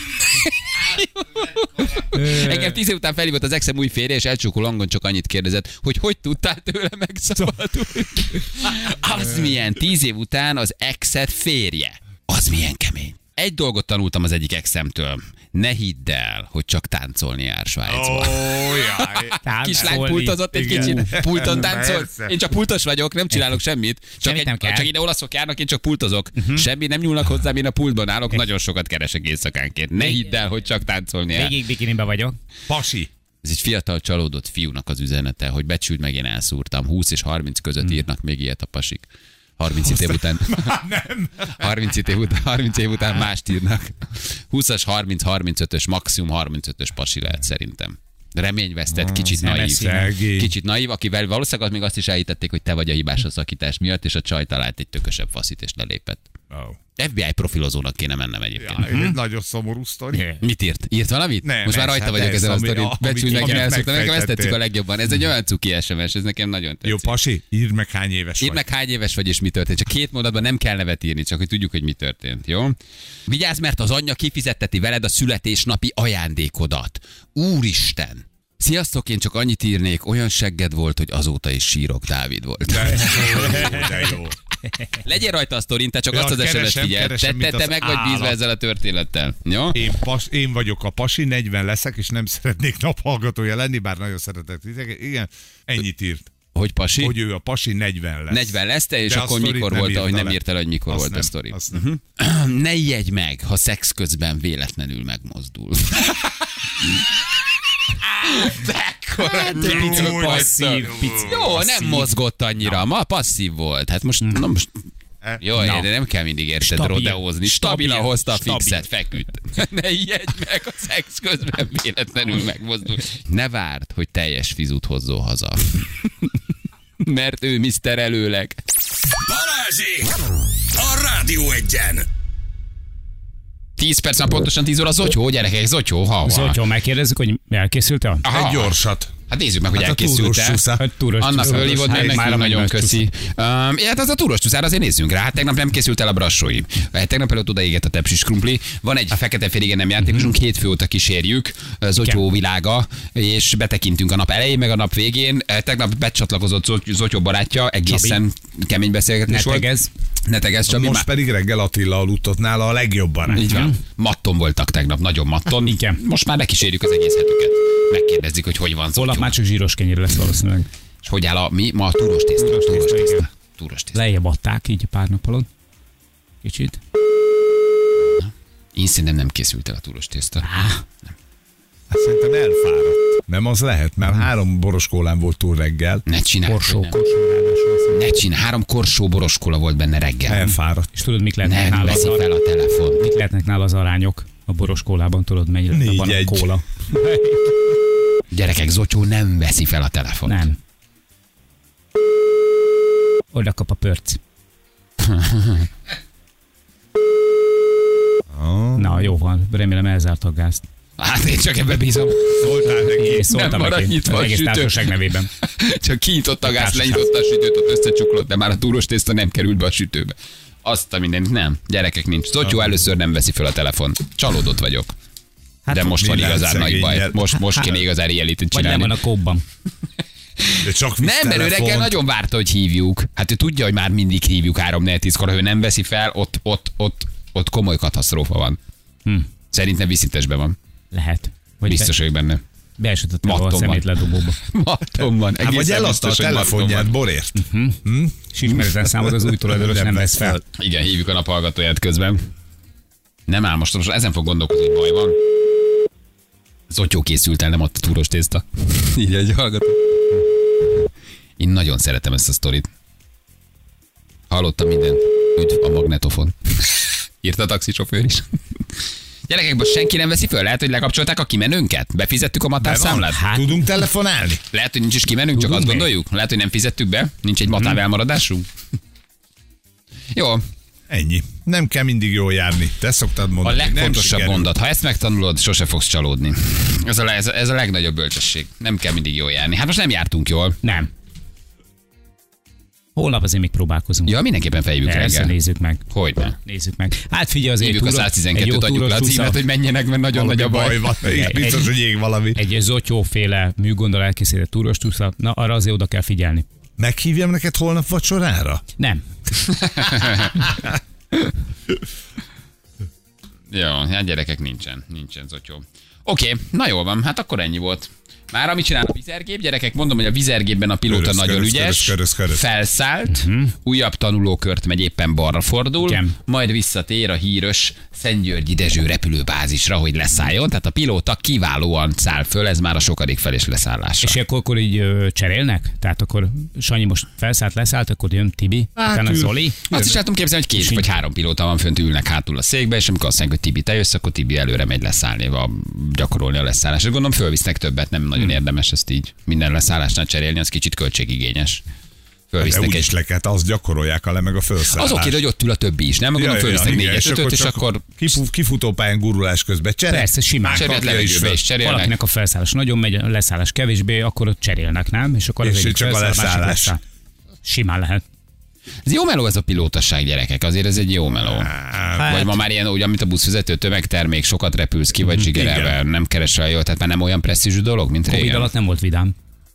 Speaker 2: Engem tíz év után felhívott az exem új férje, és elcsókol hangon csak annyit kérdezett, hogy hogy tudtál tőle megszabadulni. Az milyen, tíz év után az exet férje. Az milyen kemény. Egy dolgot tanultam az egyik exemtől. Ne hidd el, hogy csak táncolni jár Svájcba.
Speaker 3: Ó, jaj.
Speaker 2: Kislány
Speaker 4: Táncolni.
Speaker 2: pultozott egy
Speaker 3: Igen.
Speaker 2: kicsit. Pulton táncol.
Speaker 3: Persze.
Speaker 2: Én csak pultos vagyok, nem csinálok semmit. Csak,
Speaker 4: Semmit
Speaker 2: egy,
Speaker 4: nem kell.
Speaker 2: csak ide olaszok járnak, én csak pultozok. Uh-huh. Semmi nem nyúlnak hozzám, én a pultban állok, nagyon sokat keresek éjszakánként. Ne hidd el, hogy csak táncolni jár.
Speaker 4: Végig bikiniben vagyok.
Speaker 3: Pasi.
Speaker 2: Ez egy fiatal csalódott fiúnak az üzenete, hogy becsüld meg, én elszúrtam. húsz és harminc között írnak még ilyet a pasik. harminc év után.
Speaker 3: Nem.
Speaker 2: harminc év után, harminc év után mást írnak. húszas, harminc, harmincötös, maximum harmincötös pasi lehet szerintem. Reményvesztett, kicsit
Speaker 4: nem
Speaker 2: naív.
Speaker 3: szegény.
Speaker 2: Kicsit naív, akivel valószínűleg még azt is elhitették, hogy te vagy a hibás a szakítás miatt, és a csaj talált egy tökösebb faszit, és lelépett.
Speaker 3: Oh.
Speaker 2: ef bé i profilozónak kéne mennem egyébként.
Speaker 3: Ja, ez egy nagyon szomorú sztori.
Speaker 2: Mit írt? Írt valamit?
Speaker 3: Nem,
Speaker 2: Most már
Speaker 3: ez,
Speaker 2: rajta
Speaker 3: hát
Speaker 2: vagyok
Speaker 3: ez,
Speaker 2: ezen a
Speaker 3: ami-
Speaker 2: sztorit.
Speaker 3: amit-
Speaker 2: Becsüld meg,
Speaker 3: amit
Speaker 2: én elszoktam. Nekem ezt tetszik
Speaker 3: megfejtettél.
Speaker 2: a legjobban. Ez egy olyan cuki es em es, ez nekem nagyon tetszik.
Speaker 3: Jó, Pasi, írd meg, hány éves
Speaker 2: Írd
Speaker 3: vagy.
Speaker 2: meg, hány éves vagy és mi történt. Csak két mondatban nem kell nevet írni, csak hogy tudjuk, hogy mi történt, jó? Vigyázz, mert az anyja kifizetteti veled a születésnapi ajándékodat. Úristen! Sziasztok, én csak annyit írnék, olyan segged volt, hogy azóta is sírok, Dávid volt.
Speaker 3: De jó, de jó.
Speaker 2: Legyél rajta a sztorin, te csak
Speaker 3: Ja,
Speaker 2: azt az es em es
Speaker 3: keresem,
Speaker 2: figyeld. Te,
Speaker 3: keresem,
Speaker 2: te,
Speaker 3: mint
Speaker 2: te
Speaker 3: az
Speaker 2: meg vagy bízva
Speaker 3: állat.
Speaker 2: ezzel a történettel. Jó?
Speaker 3: Én, pas, én vagyok a Pasi, negyven leszek, és nem szeretnék naphallgatója lenni, bár nagyon szeretek titeket. Igen, ennyit írt.
Speaker 2: Hogy pasi?
Speaker 3: Hogy ő a Pasi negyven lesz.
Speaker 2: negyven lesz te, és
Speaker 3: De a
Speaker 2: akkor
Speaker 3: sztorit
Speaker 2: mikor
Speaker 3: nem
Speaker 2: volt,
Speaker 3: írta
Speaker 2: hogy nem
Speaker 3: le.
Speaker 2: írtál, hogy mikor
Speaker 3: Azt
Speaker 2: volt
Speaker 3: nem,
Speaker 2: a sztori.
Speaker 3: azt nem.
Speaker 2: Ne ijedj meg, ha szex közben véletlenül megmozdul. Mekkora pici
Speaker 3: Jó,
Speaker 4: passzív,
Speaker 2: passzív.
Speaker 4: pici.
Speaker 2: Jó, nem mozgott annyira. Ma passzív volt. Hát most, na most jó,
Speaker 4: Na.
Speaker 2: de nem kell mindig érted
Speaker 4: Stabil.
Speaker 2: rodeózni. Stabilan
Speaker 4: Stabil.
Speaker 2: hozta a
Speaker 4: Stabil.
Speaker 2: fixet, feküdt. Ne ijedj meg, a szex közben véletlenül megmozdul. Ne várd, hogy teljes fizut hozzó haza. Mert ő miszter előleg.
Speaker 1: Balázsék! A Rádió Egyen!
Speaker 2: tíz perc, pontosan tíz óra, Zotyó, gyerekek, Zotyó, ha van.
Speaker 4: Zotyó, megkérdezzük, hogy elkészültél?
Speaker 2: Aha.
Speaker 3: Egy gyorsat.
Speaker 2: Hát nézzük meg, hogy
Speaker 3: Hát a túrós
Speaker 2: elkészült-e.
Speaker 3: csúszá.
Speaker 4: Hát túros
Speaker 2: Annak
Speaker 4: csúszá.
Speaker 2: fölhívod, mert
Speaker 4: Hát
Speaker 2: nekünk
Speaker 4: már a
Speaker 2: nagyon
Speaker 4: nagy
Speaker 2: köszi. Um, hát az a túros csúszára azért nézzünk rá. Hát tegnap nem készült el a brassói. Tegnap előtt odaégett a tepsis krumpli. Van egy fekete féligen nem játékosunk, hétfő óta kísérjük, Zotyó világa, és betekintünk a nap elején, meg a nap végén. Tegnap becsatlakozott Zotyó barátja, egészen kemény beszélgetés
Speaker 4: Ne
Speaker 2: volt.
Speaker 4: tegezz.
Speaker 2: Ne tegezz, Csabi,
Speaker 3: Most
Speaker 2: már...
Speaker 3: pedig reggel Attila aludt nála a legjobban.
Speaker 2: Így van. Matton voltak tegnap, nagyon matton.
Speaker 4: Igen.
Speaker 2: Most már nekísérjük az egész hetüket. Megkérdezzük, hogy hogy van.
Speaker 4: Holnap
Speaker 2: Zottyó.
Speaker 4: már csak zsíros kenyér lesz valószínűleg.
Speaker 2: És hogy áll a mi? Ma a túros tészta.
Speaker 4: Túros
Speaker 2: Túros
Speaker 4: tészta,
Speaker 2: tészta.
Speaker 4: igen.
Speaker 2: Túros tészta.
Speaker 4: Lejjebb adták így pár nap alatt. Kicsit.
Speaker 2: Én szerintem nem készült el a túros tészta.
Speaker 3: Hát szerintem elfáradt. Nem az lehet, mert három boroskólán volt túl reggel.
Speaker 2: Ne csinálj.
Speaker 4: Korsó,
Speaker 2: nem.
Speaker 4: korsó ráadásul.
Speaker 2: Ne csinálj. Három korsó boroskóla volt benne reggel.
Speaker 3: Elfáradt.
Speaker 4: És tudod, mik lehetnek
Speaker 2: Nem
Speaker 4: nála?
Speaker 2: veszi
Speaker 4: az
Speaker 2: fel
Speaker 4: ar-
Speaker 2: a telefon.
Speaker 4: Mik lehetnek nála az arányok? A boros kólában tudod, mennyi
Speaker 3: Négy
Speaker 4: van a
Speaker 3: egy.
Speaker 4: kóla.
Speaker 2: Gyerekek, Zotyó nem veszi fel a telefont.
Speaker 4: Nem. Oda kap a pörc. Na, jó van. Remélem elzárta a gázt.
Speaker 2: Hát én csak ebbe bízom.
Speaker 3: Szóltál neki.
Speaker 4: Én szóltam
Speaker 2: marad
Speaker 4: neki.
Speaker 2: nyitva
Speaker 4: Az
Speaker 2: a
Speaker 4: egész
Speaker 2: sütő.
Speaker 4: társaság nevében.
Speaker 2: Csak kinyitotta a gáz,
Speaker 4: Társaság.
Speaker 2: lenyitotta a sütőt, ott összecsuklott, de már a túros tészta nem került be a sütőbe. Azt a mindent nem. Gyerekek nincs. Zotyó először nem veszi fel a telefont. Csalódott vagyok.
Speaker 4: Hát,
Speaker 2: De most van
Speaker 3: mi lehet
Speaker 2: igazán nagy baj.
Speaker 3: szegénnyel?
Speaker 2: Most, most kéne igazán realityt
Speaker 4: vagy nem
Speaker 2: csinálni.
Speaker 4: van a kóbban.
Speaker 3: De csak visz
Speaker 2: Nem, mert ő reggel
Speaker 3: telefont.
Speaker 2: nagyon várta, hogy hívjuk. Hát ő tudja, hogy már mindig hívjuk három négy tízkor, ha ő nem veszi fel, ott, ott, ott, ott komoly katasztrófa van.
Speaker 4: Hm.
Speaker 2: Szerintem viszintesben van.
Speaker 4: Lehet. Vagy
Speaker 2: Biztos vagyok benne.
Speaker 4: Be, beesett a
Speaker 2: Matton
Speaker 4: a
Speaker 2: van.
Speaker 4: szemétledobóba.
Speaker 2: Matton van.
Speaker 3: Hát vagy
Speaker 2: Egészen
Speaker 3: eladta a
Speaker 2: biztos, hogy matton
Speaker 3: telefonját
Speaker 2: van.
Speaker 3: borért.
Speaker 4: És ismeretlen számod az új tulajdonos nem vesz fel.
Speaker 2: Igen, hívjuk a naphallgatóját közben. Nem áll most, most ezen fog gondolkozni, hogy baj van. Zotyó készült el, nem adta túros tészta. Így egy hallgató. Én nagyon szeretem ezt a sztorit. Hallottam mindent. Üdv a magnetofon. Írta a taxisofőr is. Gyerekek, most senki nem veszi föl? Lehet, hogy lekapcsolták a kimenőnket? Befizettük a matárszámlát?
Speaker 3: Hát, tudunk telefonálni?
Speaker 2: Lehet, hogy nincs is kimenünk, csak azt
Speaker 4: Tudunk
Speaker 2: gondoljuk? Lehet, hogy nem fizettük be? Nincs egy matáv elmaradásunk? Jó,
Speaker 3: Ennyi. Nem kell mindig jól járni. Te szoktad
Speaker 2: a
Speaker 3: mondani. nem
Speaker 2: legfontosabb
Speaker 3: sikerül.
Speaker 2: mondat. Ha ezt megtanulod, sose fogsz csalódni. Ez a, le- ez, a, ez a legnagyobb bölcsesség. Nem kell mindig jól járni. Hát most nem jártunk jól.
Speaker 4: Nem. Holnap azért még próbálkozunk.
Speaker 2: Ja, mindenképpen fejjük
Speaker 4: Persze,
Speaker 2: reggel.
Speaker 4: nézzük meg.
Speaker 2: Hogyne.
Speaker 4: Nézzük meg. Hát figyelj azért.
Speaker 2: Hívjuk a
Speaker 4: túra- egy jó
Speaker 2: száztizenkettőt, adjuk
Speaker 4: túros
Speaker 2: le a címet,
Speaker 4: túsza-
Speaker 2: hogy menjenek, mert nagyon
Speaker 3: Valami
Speaker 2: nagy a baj.
Speaker 3: baj van.
Speaker 4: Igen,
Speaker 3: Biztos,
Speaker 4: egy-
Speaker 3: hogy ég valami.
Speaker 4: Egy Zotyóféle műgonddal elkészített túros túsza, na arra azért oda kell figyelni.
Speaker 3: Meghívjam neked holnap vacsorára?
Speaker 4: Nem.
Speaker 2: Jó, hát gyerekek nincsen. Nincsen, Zotyó. Oké, na jól van, hát akkor ennyi volt. Már amit csinál a vizergép, gyerekek, mondom, hogy a vizergépben a pilóta
Speaker 3: Körös,
Speaker 2: nagyon
Speaker 3: körös,
Speaker 2: ügyes,
Speaker 3: körös, körös, körös.
Speaker 2: felszállt, uh-huh. újabb tanulókört megy éppen balra fordul,
Speaker 4: Igen.
Speaker 2: majd visszatér a híres Szentgyörgyi Dezső repülőbázisra, hogy leszálljon, tehát a pilóta kiválóan száll föl, ez már a sokadik felés leszállásra.
Speaker 4: És akkor, akkor így ö, cserélnek? Tehát akkor Sanyi most felszállt, leszállt, akkor jön Tibi,
Speaker 3: Hát
Speaker 4: utána
Speaker 3: ő-
Speaker 4: Zoli.
Speaker 2: Azt is el tudom képzelni, hogy két vagy három pilóta van fönt, ülnek hátul a székbe, és amikor azt mondják, hogy Tibi, te jössz, akkor Tibi előre megy leszállni, a, gyakorolni a leszállást. Gondolom fölvisznek többet, nem nagyon érdemes ezt így minden leszállásnál cserélni, az kicsit költségigényes.
Speaker 3: De
Speaker 2: Fölvisznek
Speaker 3: úgyis
Speaker 2: egy...
Speaker 3: le kell, azt gyakorolják a le meg a felszállás.
Speaker 2: Az oké, hogy ott ül a többi is, nem? Gondolom fölvisznek
Speaker 3: igen,
Speaker 2: négyet, ötöt, és
Speaker 3: csak
Speaker 2: akkor
Speaker 3: kifu- kifutópályán gurulás közben cseré.
Speaker 4: Persze, simán.
Speaker 2: cserélt
Speaker 3: kapja is
Speaker 2: levegőbe
Speaker 3: föl.
Speaker 2: is cserélnek.
Speaker 4: Valakinek a felszállás nagyon megy, a leszállás kevésbé, akkor ott cserélnek, nem? És akkor az
Speaker 3: És
Speaker 4: egyik
Speaker 3: csak a
Speaker 4: felszáll, másik
Speaker 3: leszállás.
Speaker 4: leszáll. Simán lehet.
Speaker 2: Ez jó meló ez a pilótasság, gyerekek, azért ez egy jó meló.
Speaker 3: Hát,
Speaker 2: Vagy ma már ilyen, úgy, amit a buszvezető tömegtermék, sokat repülsz ki, vagy zsigerelve, nem keresel jól, tehát már nem olyan presztízsű dolog, mint
Speaker 4: Covid
Speaker 2: régen.
Speaker 4: alatt nem volt vidám.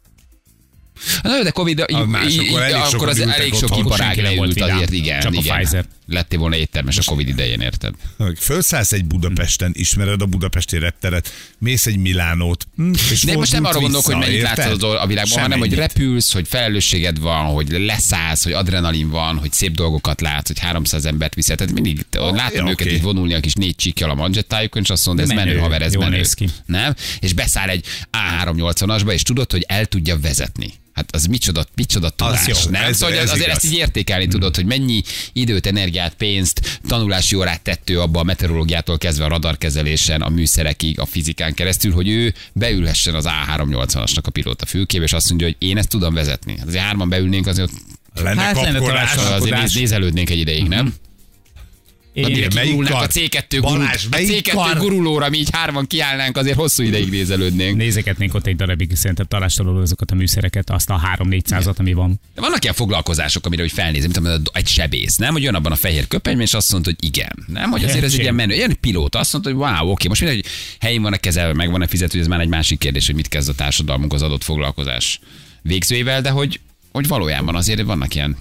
Speaker 2: Na, de Covid,
Speaker 3: A mások, akkor elég
Speaker 2: akkor
Speaker 3: sokan
Speaker 2: az
Speaker 3: ültek
Speaker 2: elég sok
Speaker 3: otthon.
Speaker 2: iparág
Speaker 4: Senki nem volt
Speaker 2: leült
Speaker 4: vidám.
Speaker 2: azért, igen.
Speaker 4: Csak a
Speaker 2: igen.
Speaker 4: Pfizer.
Speaker 2: Lettél volna éttermes a Covid idején, érted?
Speaker 3: Fölszállsz egy Budapesten, ismered a budapesti repteret, mész egy Milánót. hm, és
Speaker 2: De most nem
Speaker 3: fordulsz
Speaker 2: arra gondolok, hogy
Speaker 3: vissza,
Speaker 2: mennyit
Speaker 3: érted?
Speaker 2: látsz a világban, hanem hogy
Speaker 3: Semennyit.
Speaker 2: repülsz, hogy felelősséged van, hogy leszállsz, hogy adrenalin van, hogy szép dolgokat látsz, hogy háromszáz embert viszel. Tehát mindig
Speaker 3: Oh,
Speaker 2: látom
Speaker 3: ja,
Speaker 2: őket
Speaker 3: oké.
Speaker 2: így vonulni a kis négy csíkjal a manzsettájukon, és azt mondod, ez menő,
Speaker 4: Menő,
Speaker 2: haver, ez
Speaker 4: jól
Speaker 2: menő.
Speaker 4: néz ki.
Speaker 2: Nem? És beszáll egy á háromszáznyolcvanasba, és tudod, hogy el tudja vezetni. Hát az micsoda, micsoda tudás,
Speaker 3: jó,
Speaker 2: nem?
Speaker 3: ez-
Speaker 2: Szóval
Speaker 3: ez
Speaker 2: azért
Speaker 3: igaz.
Speaker 2: ezt így értékelni tudod, hogy mennyi időt, energiát, pénzt, tanulási órát tett ő abba a meteorológiától kezdve a radarkezelésen, a műszerekig, a fizikán keresztül, hogy ő beülhessen az á háromszáznyolcvanasnak a pilóta fülkébe, és azt mondja, hogy én ezt tudom vezetni. Hát azért hárman beülnénk, azért,
Speaker 3: Lenne
Speaker 4: Hát lenne
Speaker 3: kapkodás.
Speaker 4: talán
Speaker 2: azért
Speaker 4: Kapkodás.
Speaker 2: néz, nézelődnénk egy ideig, nem?
Speaker 4: Én,
Speaker 2: Addig
Speaker 3: melyik
Speaker 2: kigurulnánk a
Speaker 3: kar?
Speaker 2: cé kettő, gurul,
Speaker 3: Balázs,
Speaker 2: a
Speaker 3: melyik
Speaker 2: cé kettő
Speaker 3: kar?
Speaker 2: gurulóra, mi így hárman kiállnánk, azért hosszú ideig nézelődnénk.
Speaker 4: nézegetnénk ott egy darabig, szerintem találtalul azokat a műszereket, azt a három-négyszázat, ami van.
Speaker 2: De vannak ilyen foglalkozások, amire hogy felnézem, mint amilyen egy sebész, nem? Hogy jön abban a fehér köpenyben, és azt mondta, hogy igen. Nem? Hogy azért ez egy ilyen menő. Ilyen egy pilóta azt mondta, hogy wow, oké, most mindegy, hogy helyén van a kezelve, meg van a fizető, ez már egy másik kérdés, hogy mit kezd a társadalmunk az adott foglalkozás végzőivel, de hogy, hogy valójában azért vannak ilyen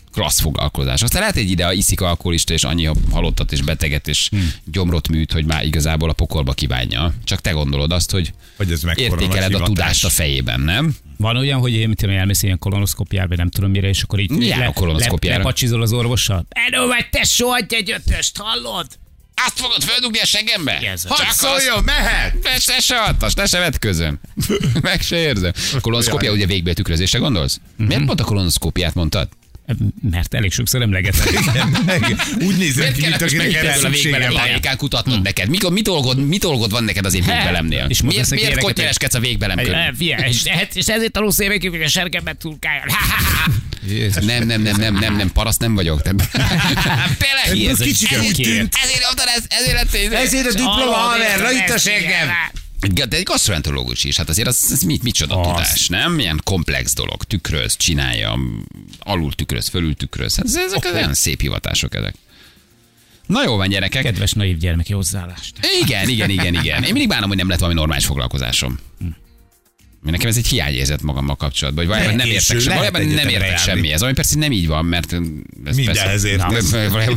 Speaker 2: klassz foglalkozás. Aztán lehet egy ide iszik alkoholista, és annyi halottat és beteget és hmm. gyomrot műt, hogy már igazából a pokolba kívánja. Csak te gondolod azt, hogy,
Speaker 3: hogy ez
Speaker 2: értékeled a tudást a fejében, nem?
Speaker 4: Van olyan, hogy én mit tudom, elmész ilyen kolonoszkopiára, vagy nem tudom mire, és akkor így
Speaker 2: le, le,
Speaker 4: lepacsizol az orvossal. Enő vagy te sohagy egy ötöst, hallod?
Speaker 2: Azt fogod földugni a segembe?
Speaker 3: Hadd szóljon, mehet!
Speaker 2: Ne se se hattas, ne se vedd közön. Meg se érzem. Kolonoszkópia ugye végbe tükrözésre gondolsz? Mm-hmm. Miért pont a kolonoszkópiát mondtad?
Speaker 4: Mert elég sokszor emlegetek.
Speaker 3: Úgy nézem ki, mint akinek erre
Speaker 2: a végvelem tájékán kutatnod hmm. neked. Mi, mi, dolgod, mi dolgod van neked az én végvelemnél? És miért, miért kottyeleskedsz a végvelem körül?
Speaker 4: És, és ezért tanulsz évekig, hogy a sergemben turkáljon.
Speaker 2: Nem, nem, nem, nem, nem, nem, paraszt nem vagyok. Tényleg?
Speaker 3: Ez kicsike úgy tűnt.
Speaker 2: Ezért mondtad, ezért lett.
Speaker 3: Ezért a diploma haverra, itt a seggem.
Speaker 2: De egy gasztroenterológus is, hát azért az, az mit, micsoda az. Tudás, nem? Milyen komplex dolog, tükröz, csinálja, alul tükröz, fölül tükröz. Hát ezek az olyan szép hivatások ezek. Na jó van, gyerekek.
Speaker 4: Kedves naív gyermeki hozzáállást.
Speaker 2: Igen, igen, igen, igen. Én mindig bánom, hogy nem lett valami normális foglalkozásom. Hm. Nekem ez egy hiányérzet magammal kapcsolatban, hogy valójában nem értek, sem, valójában nem értek semmihez. Ami persze nem így van, mert...
Speaker 3: Mindenhez értek.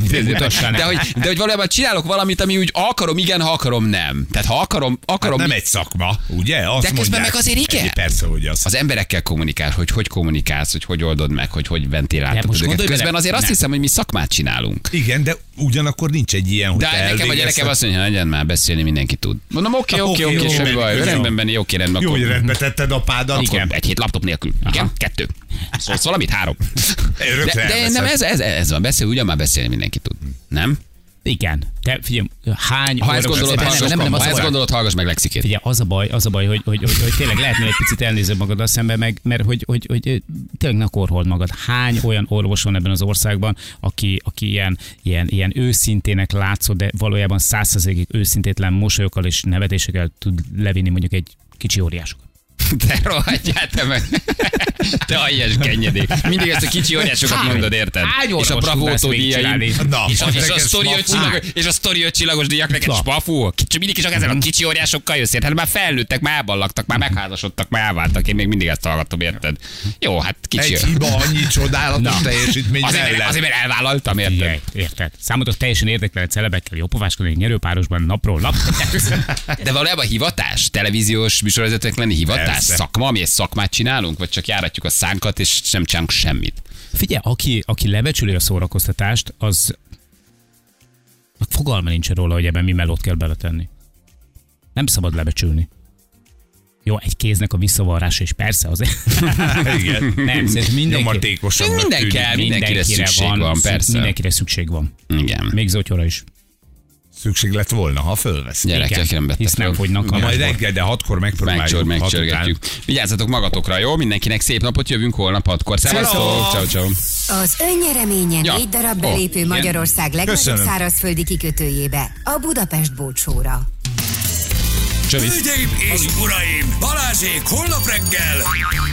Speaker 2: De hogy, de hogy valójában csinálok valamit, ami úgy akarom, igen, ha akarom, nem. Tehát ha akarom... akarom
Speaker 3: hát nem egy szakma, ugye? Azt
Speaker 2: de közben mondják, meg azért igen.
Speaker 3: Egy, persze, hogy az.
Speaker 2: Az emberekkel kommunikál, hogy hogy kommunikálsz, hogy hogy oldod meg, hogy hogy ventiláltad őket. Közben azért azt hiszem, hogy mi szakmát csinálunk.
Speaker 3: Igen, de ugyanakkor nincs egy ilyen, hogy
Speaker 2: de nekem a gyerekem azt mondja, hogy legyen már beszélni, mindenki tud. Mondom, oké, oké, oké, semmi baj. Rendben benni, oké, rendben.
Speaker 3: Jó, hogy rendbe tetted apádat.
Speaker 2: Igen, egy hét laptop nélkül. Igen, kettő. Szólsz valamit? Három. De, de nem, ez, ez, ez van. Beszél, ugyan már beszélni mindenki tud. Nem?
Speaker 4: Igen. Te figyelj, hány...
Speaker 2: Ha ezt gondolod, hallgass, nem, nem, nem, ha ezt gondolod, hallgass meg Lexikét.
Speaker 4: Figyelj, az a baj, az a baj, hogy, hogy, hogy, hogy tényleg lehetne egy picit elnéző magaddal szemben, meg, mert hogy, hogy, hogy tényleg ne korhold magad. Hány olyan orvos van ebben az országban, aki, aki ilyen, ilyen, ilyen őszintének látszott, de valójában száz százalékig őszintétlen mosolyokkal és nevetésekkel tud levinni mondjuk egy kicsi óriásokat.
Speaker 2: Te rohadjál, te meg. Te aljas gennyedék. Mindig ezt a kicsi óriásokat mondod, érted? És a bravótó díjaim. És a, és a sztori öt csillagos, és a sztori öt csillagos díjak neked spafú. Mindig is ezzel a kicsi óriásokkal jössz, érted? Már felnőttek, már elballagtak, már megházasodtak, már elváltak. Én még mindig ezt hallgatom, érted? Jó, hát kicsi.
Speaker 3: Egy hiba, annyi csodálatos teljesítmény.
Speaker 2: Azért, azért, mert elvállaltam, érted?
Speaker 4: Érted? Számodra teljesen érdeklő celebekkel jópováskodni nyerőpárosban napról nap.
Speaker 2: De valójában hivatás, televíziós műsorvezetők lenni hivatás, szakma, ami egy szakmát csinálunk, vagy csak járatjuk a szánkat, és sem csinálunk semmit.
Speaker 4: Figyelj, aki, aki lebecsüli a szórakoztatást, az fogalma nincs róla, hogy ebben mi melót kell beletenni. Nem szabad lebecsülni. Jó, egy kéznek a visszavarrása, és persze azért.
Speaker 3: Igen.
Speaker 4: Nem, szerintem mindenki,
Speaker 2: minden kell, mindenkire szükség van, van, persze.
Speaker 4: Mindenkire szükség van.
Speaker 2: Igen.
Speaker 4: Még Zotyora is.
Speaker 3: Szükség lett volna, ha fölvesz.
Speaker 2: Gyerekek, nem vettek.
Speaker 4: Hisz nem fogynak.
Speaker 3: Majd reggel, de hatkor megpróbáljuk.
Speaker 2: Megcsörgetjük. Vigyázzatok magatokra, jó? Mindenkinek szép napot, jövünk holnap hatkor. Szevasztok! Ciao, ciao.
Speaker 6: Az önnyereménye
Speaker 2: ja.
Speaker 6: négy darab belépő
Speaker 2: oh,
Speaker 6: Magyarország legnagyobb szárazföldi kikötőjébe, a Budapest Boat-show-ra.
Speaker 1: Hölgyeim és uraim, Balázsék holnap reggel